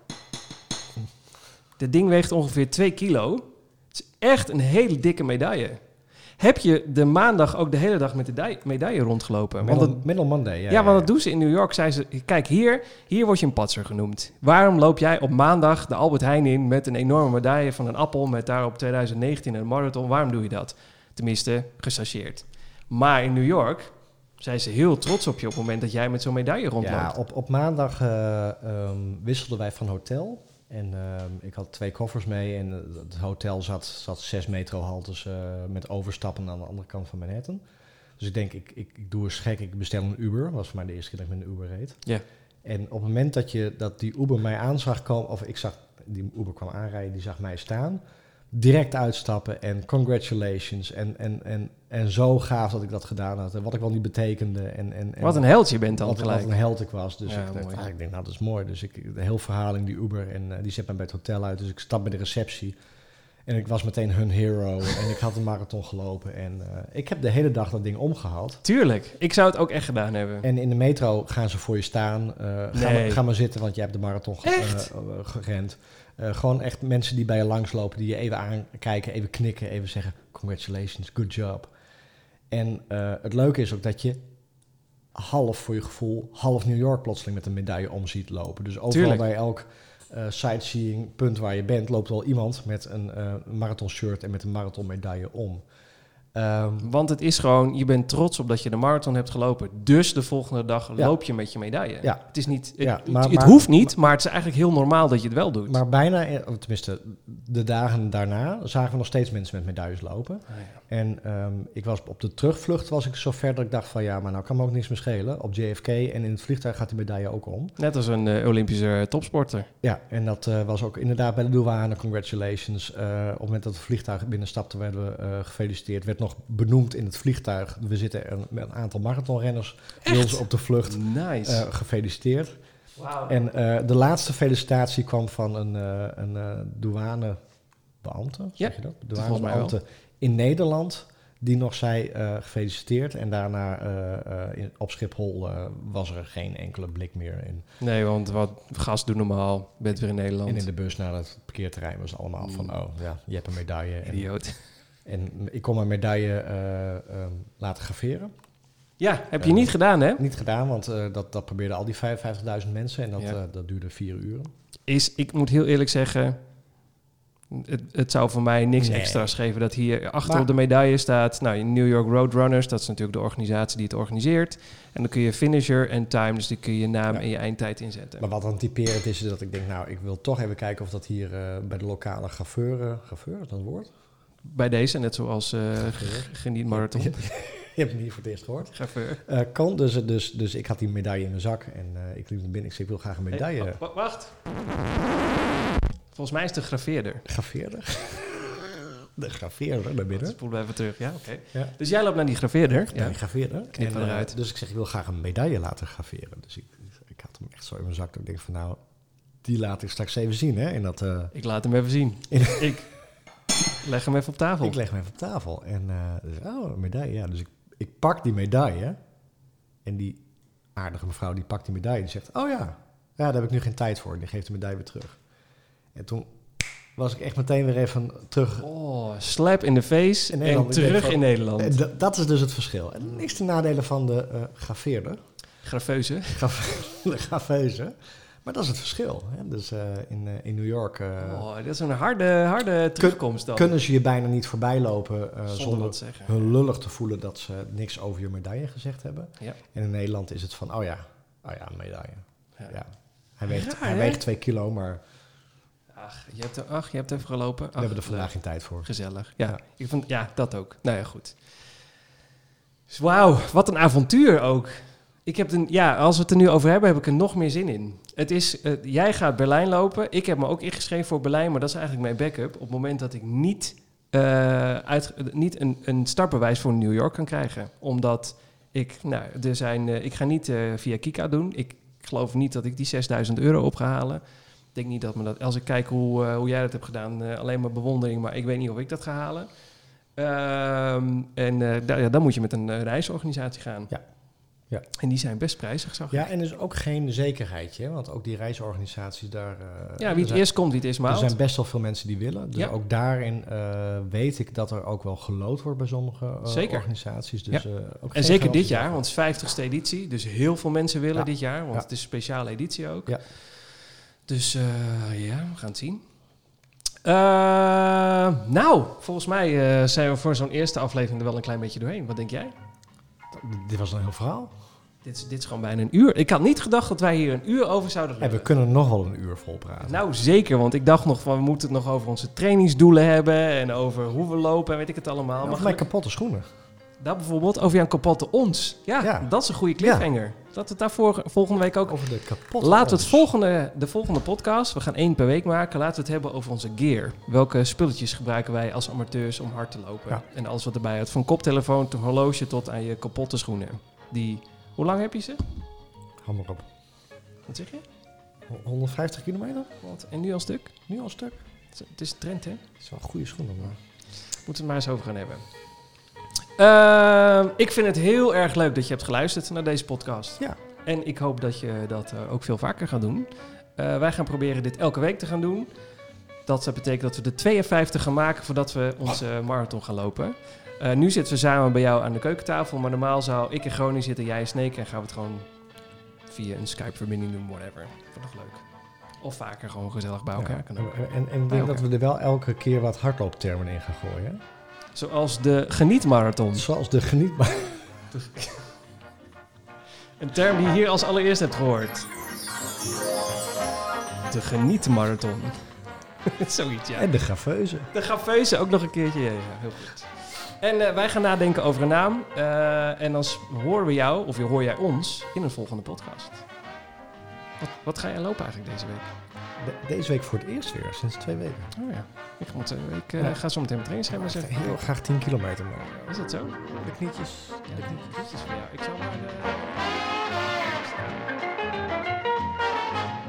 de ding weegt ongeveer twee kilo. Het is echt een hele dikke medaille. Heb je de maandag ook de hele dag met de di- medaille rondgelopen? Middle, want dat, middle Monday, ja. Ja, want dat doen ze in New York. Zei ze, kijk, hier, hier word je een patser genoemd. Waarom loop jij op maandag de Albert Heijn in met een enorme medaille van een appel met daarop twintig negentien een marathon? Waarom doe je dat? Tenminste, gestageerd. Maar in New York zijn ze heel trots op je op het moment dat jij met zo'n medaille rondloopt. Ja, op, op maandag uh, um, wisselden wij van hotel. En uh, ik had twee koffers mee en uh, het hotel zat, zat zes metrohaltes uh, met overstappen aan de andere kant van Manhattan. Dus ik denk, ik, ik, ik doe eens gek, ik bestel een Uber. Dat was voor mij de eerste keer dat ik met een Uber reed. Ja. En op het moment dat, je, dat die Uber mij aan zag komen, of ik zag, die Uber kwam aanrijden, die zag mij staan. Direct uitstappen en congratulations. En, en, en, en zo gaaf dat ik dat gedaan had. En wat ik wel niet betekende. En, en, en wat een held je bent dan wat, gelijk. Wat een held ik was. Dus ja, ik, dacht, ah, ik denk, nou dat is mooi. Dus ik, de hele verhaal in die Uber. En uh, die zet mij bij het hotel uit. Dus ik stap bij de receptie. En ik was meteen hun hero. En ik had een marathon gelopen. En uh, ik heb de hele dag dat ding omgehaald. Tuurlijk. Ik zou het ook echt gedaan hebben. En in de metro gaan ze voor je staan. Uh, nee. ga, maar, ga maar zitten, want je hebt de marathon ge- uh, uh, gerend. Uh, gewoon echt mensen die bij je langslopen, die je even aankijken, even knikken, even zeggen congratulations, good job. En uh, het leuke is ook dat je half voor je gevoel, half New York plotseling met een medaille om ziet lopen. Dus overal Tuurlijk. Bij elk uh, sightseeing punt waar je bent, loopt wel iemand met een uh, marathon shirt en met een marathon medaille om. Um, Want het is gewoon, je bent trots op dat je de marathon hebt gelopen. Dus de volgende dag ja. loop je met je medaille. Ja. Het is niet, het, ja, het, maar, het maar, hoeft niet, maar het is eigenlijk heel normaal dat je het wel doet. Maar bijna, tenminste de dagen daarna, zagen we nog steeds mensen met medailles lopen. Ah, ja. En um, ik was op de terugvlucht was ik zo ver dat ik dacht van ja, maar nou kan me ook niks meer schelen. Op J F K en in het vliegtuig gaat die medaille ook om. Net als een uh, Olympische topsporter. Ja, en dat uh, was ook inderdaad bij de douane, congratulations. Uh, op het moment dat het vliegtuig binnenstapte werden we uh, gefeliciteerd. Werd nog benoemd in het vliegtuig. We zitten een, met een aantal marathonrenners bij ons op de vlucht. Nice. Uh, gefeliciteerd. Wow. En uh, de laatste felicitatie kwam van een, uh, een uh, douanebeambte, ja, zeg je dat? Douanebeambte in Nederland, die nog zei uh, gefeliciteerd. En daarna uh, uh, in, op Schiphol uh, was er geen enkele blik meer in. Nee, want wat gast doen normaal, bent weer in Nederland. En in de bus naar het parkeerterrein was allemaal van, oh ja, je hebt een medaille. Idioot. En, en ik kon mijn medaille uh, um, laten graveren. Ja, heb je uh, niet gedaan, hè? Niet gedaan, want uh, dat, dat probeerden al die vijfenvijftigduizend mensen en dat, ja. uh, dat duurde vier uren. Is, ik moet heel eerlijk zeggen, het, het zou voor mij niks nee. extra's geven dat hier achter maar, op de medaille staat, nou, New York Roadrunners, dat is natuurlijk de organisatie die het organiseert. En dan kun je finisher en time, dus die kun je je naam ja. en je eindtijd inzetten. Maar wat dan typerend is, is dat ik denk, nou, ik wil toch even kijken of dat hier uh, bij de lokale graveur, uh, graveur, is dat het woord? Bij deze, net zoals uh, Geniet Marathon. Je, je, je hebt hem hier voor het eerst gehoord. Graveur. Uh, kan dus, dus, dus ik had die medaille in mijn zak en uh, ik liep naar binnen. Ik zei, ik wil graag een medaille. Hey, w- wacht. Volgens mij is de graveerder. Graveerder? De graveerder naar binnen. Spoelen we even terug, ja, oké. Okay. Ja. Dus jij loopt naar die graveerder. Ja, die graveerder. Knippen en, eruit. Uh, dus ik zeg, ik wil graag een medaille laten graveren. Dus ik, ik had hem echt zo in mijn zak. Dat ik denk van, nou, die laat ik straks even zien, hè. En dat, uh, ik laat hem even zien. ik leg hem even op tafel. Ik leg hem even op tafel. En, uh, dus, oh, een medaille, ja. Dus ik, ik pak die medaille. En die aardige mevrouw, die pakt die medaille. Die zegt, oh ja, ja, daar heb ik nu geen tijd voor. Die geeft de medaille weer terug. En toen was ik echt meteen weer even terug. Oh, slap in de face in en terug van, in Nederland. En d- dat is dus het verschil. En niks ten nadele van de uh, graveerder. Grafeuze. Graf, de grafeuze. Maar dat is het verschil. Hè? Dus uh, in, uh, in New York... Uh, oh, dat is een harde, harde terugkomst dan. Kunnen ze je bijna niet voorbij lopen uh, zonder, zonder hun lullig te voelen dat ze niks over je medaille gezegd hebben. Ja. En in Nederland is het van, oh ja, oh ja, een medaille. Ja. Ja. Hij, weegt, ja, hij weegt twee kilo, maar... Ach, je hebt, er, ach, je hebt even gelopen. Ach, we hebben er vandaag geen tijd voor. Gezellig. Ja, ja. Ik vond, ja, dat ook. Nou ja, goed. Dus wauw, wat een avontuur ook. Ik heb een, ja, als we het er nu over hebben, heb ik er nog meer zin in. Het is, uh, jij gaat Berlijn lopen. Ik heb me ook ingeschreven voor Berlijn, maar dat is eigenlijk mijn backup. Op het moment dat ik niet, uh, uit, niet een, een startbewijs voor New York kan krijgen. Omdat Ik, nou, er zijn, uh, ik ga niet uh, via Kika doen. Ik geloof niet dat ik die zesduizend euro op ga halen. Ik denk niet dat me dat... Als ik kijk hoe, uh, hoe jij dat hebt gedaan, uh, alleen maar bewondering. Maar ik weet niet of ik dat ga halen. Um, en uh, da- ja, dan moet je met een uh, reisorganisatie gaan. Ja. Ja. En die zijn best prijzig, zag ik. Ja, en er is ook geen zekerheidje, hè? Want ook die reisorganisaties daar... Uh, ja, wie het zijn, eerst komt, wie het eerst maalt. Er zijn best wel veel mensen die willen. Dus ja. ook daarin uh, weet ik dat er ook wel geloot wordt bij sommige uh, organisaties. Dus, ja. uh, ook en zeker dit jaar, want het is vijftigste editie. Dus heel veel mensen willen ja. dit jaar, want ja. het is een speciale editie ook. Ja. Dus uh, ja, we gaan het zien. Uh, nou, volgens mij uh, zijn we voor zo'n eerste aflevering er wel een klein beetje doorheen. Wat denk jij? Dit was een heel verhaal. Dit is, dit is gewoon bijna een uur. Ik had niet gedacht dat wij hier een uur over zouden hebben. En we kunnen nog wel een uur vol praten. Nou, zeker. Want ik dacht nog van, we moeten het nog over onze trainingsdoelen hebben. En over hoe we lopen en weet ik het allemaal. Ja, maar mijn kapotte schoenen. Dat bijvoorbeeld, over jouw kapotte ons. Ja, ja. dat is een goede cliffhanger. Ja. Dat we het daar voor, volgende week ook... Over de kapotte Laten we ons. het volgende, de volgende podcast, we gaan één per week maken. Laten we het hebben over onze gear. Welke spulletjes gebruiken wij als amateurs om hard te lopen? Ja. En alles wat erbij hoort. Van koptelefoon tot horloge tot aan je kapotte schoenen. Die... Hoe lang heb je ze? Hou maar op. Wat zeg je? honderdvijftig kilometer. Wat? En nu al stuk? Nu al stuk. Het is een trend, hè? Het is wel een goede schoenen, maar... Moeten we het maar eens over gaan hebben. Uh, ik vind het heel erg leuk dat je hebt geluisterd naar deze podcast. Ja. En ik hoop dat je dat uh, ook veel vaker gaat doen. Uh, wij gaan proberen dit elke week te gaan doen. Dat betekent dat we de tweeënvijftig gaan maken voordat we onze uh, marathon gaan lopen. Uh, nu zitten we samen bij jou aan de keukentafel. Maar normaal zou ik in Groningen zitten, jij in Sneek. En gaan we het gewoon via een Skype-verbinding doen, whatever. Vond ik leuk. Of vaker gewoon gezellig bij elkaar. Ja. Kan ook. En, en ik denk dat we er wel elke keer wat hardlooptermen in gaan gooien. Hè? Zoals de genietmarathon. Zoals de genietmarathon. Een term die je hier als allereerst hebt gehoord. De genietmarathon. Zoiets, ja. En de graveuze. De graveuze ook nog een keertje. Ja, heel goed. En uh, wij gaan nadenken over een naam. Uh, en dan horen we jou, of hoor jij ons, in een volgende podcast. Wat, wat ga jij lopen eigenlijk deze week? De, deze week voor het eerst weer, sinds twee weken. Oh ja. Ik, moet, uh, ik uh, ja. ga zo meteen mijn trainingsschema eens even... Heel graag tien kilometer. Maar... Is dat zo? De knietjes. Ja, de knietjes voor jou. Ik zal maar de...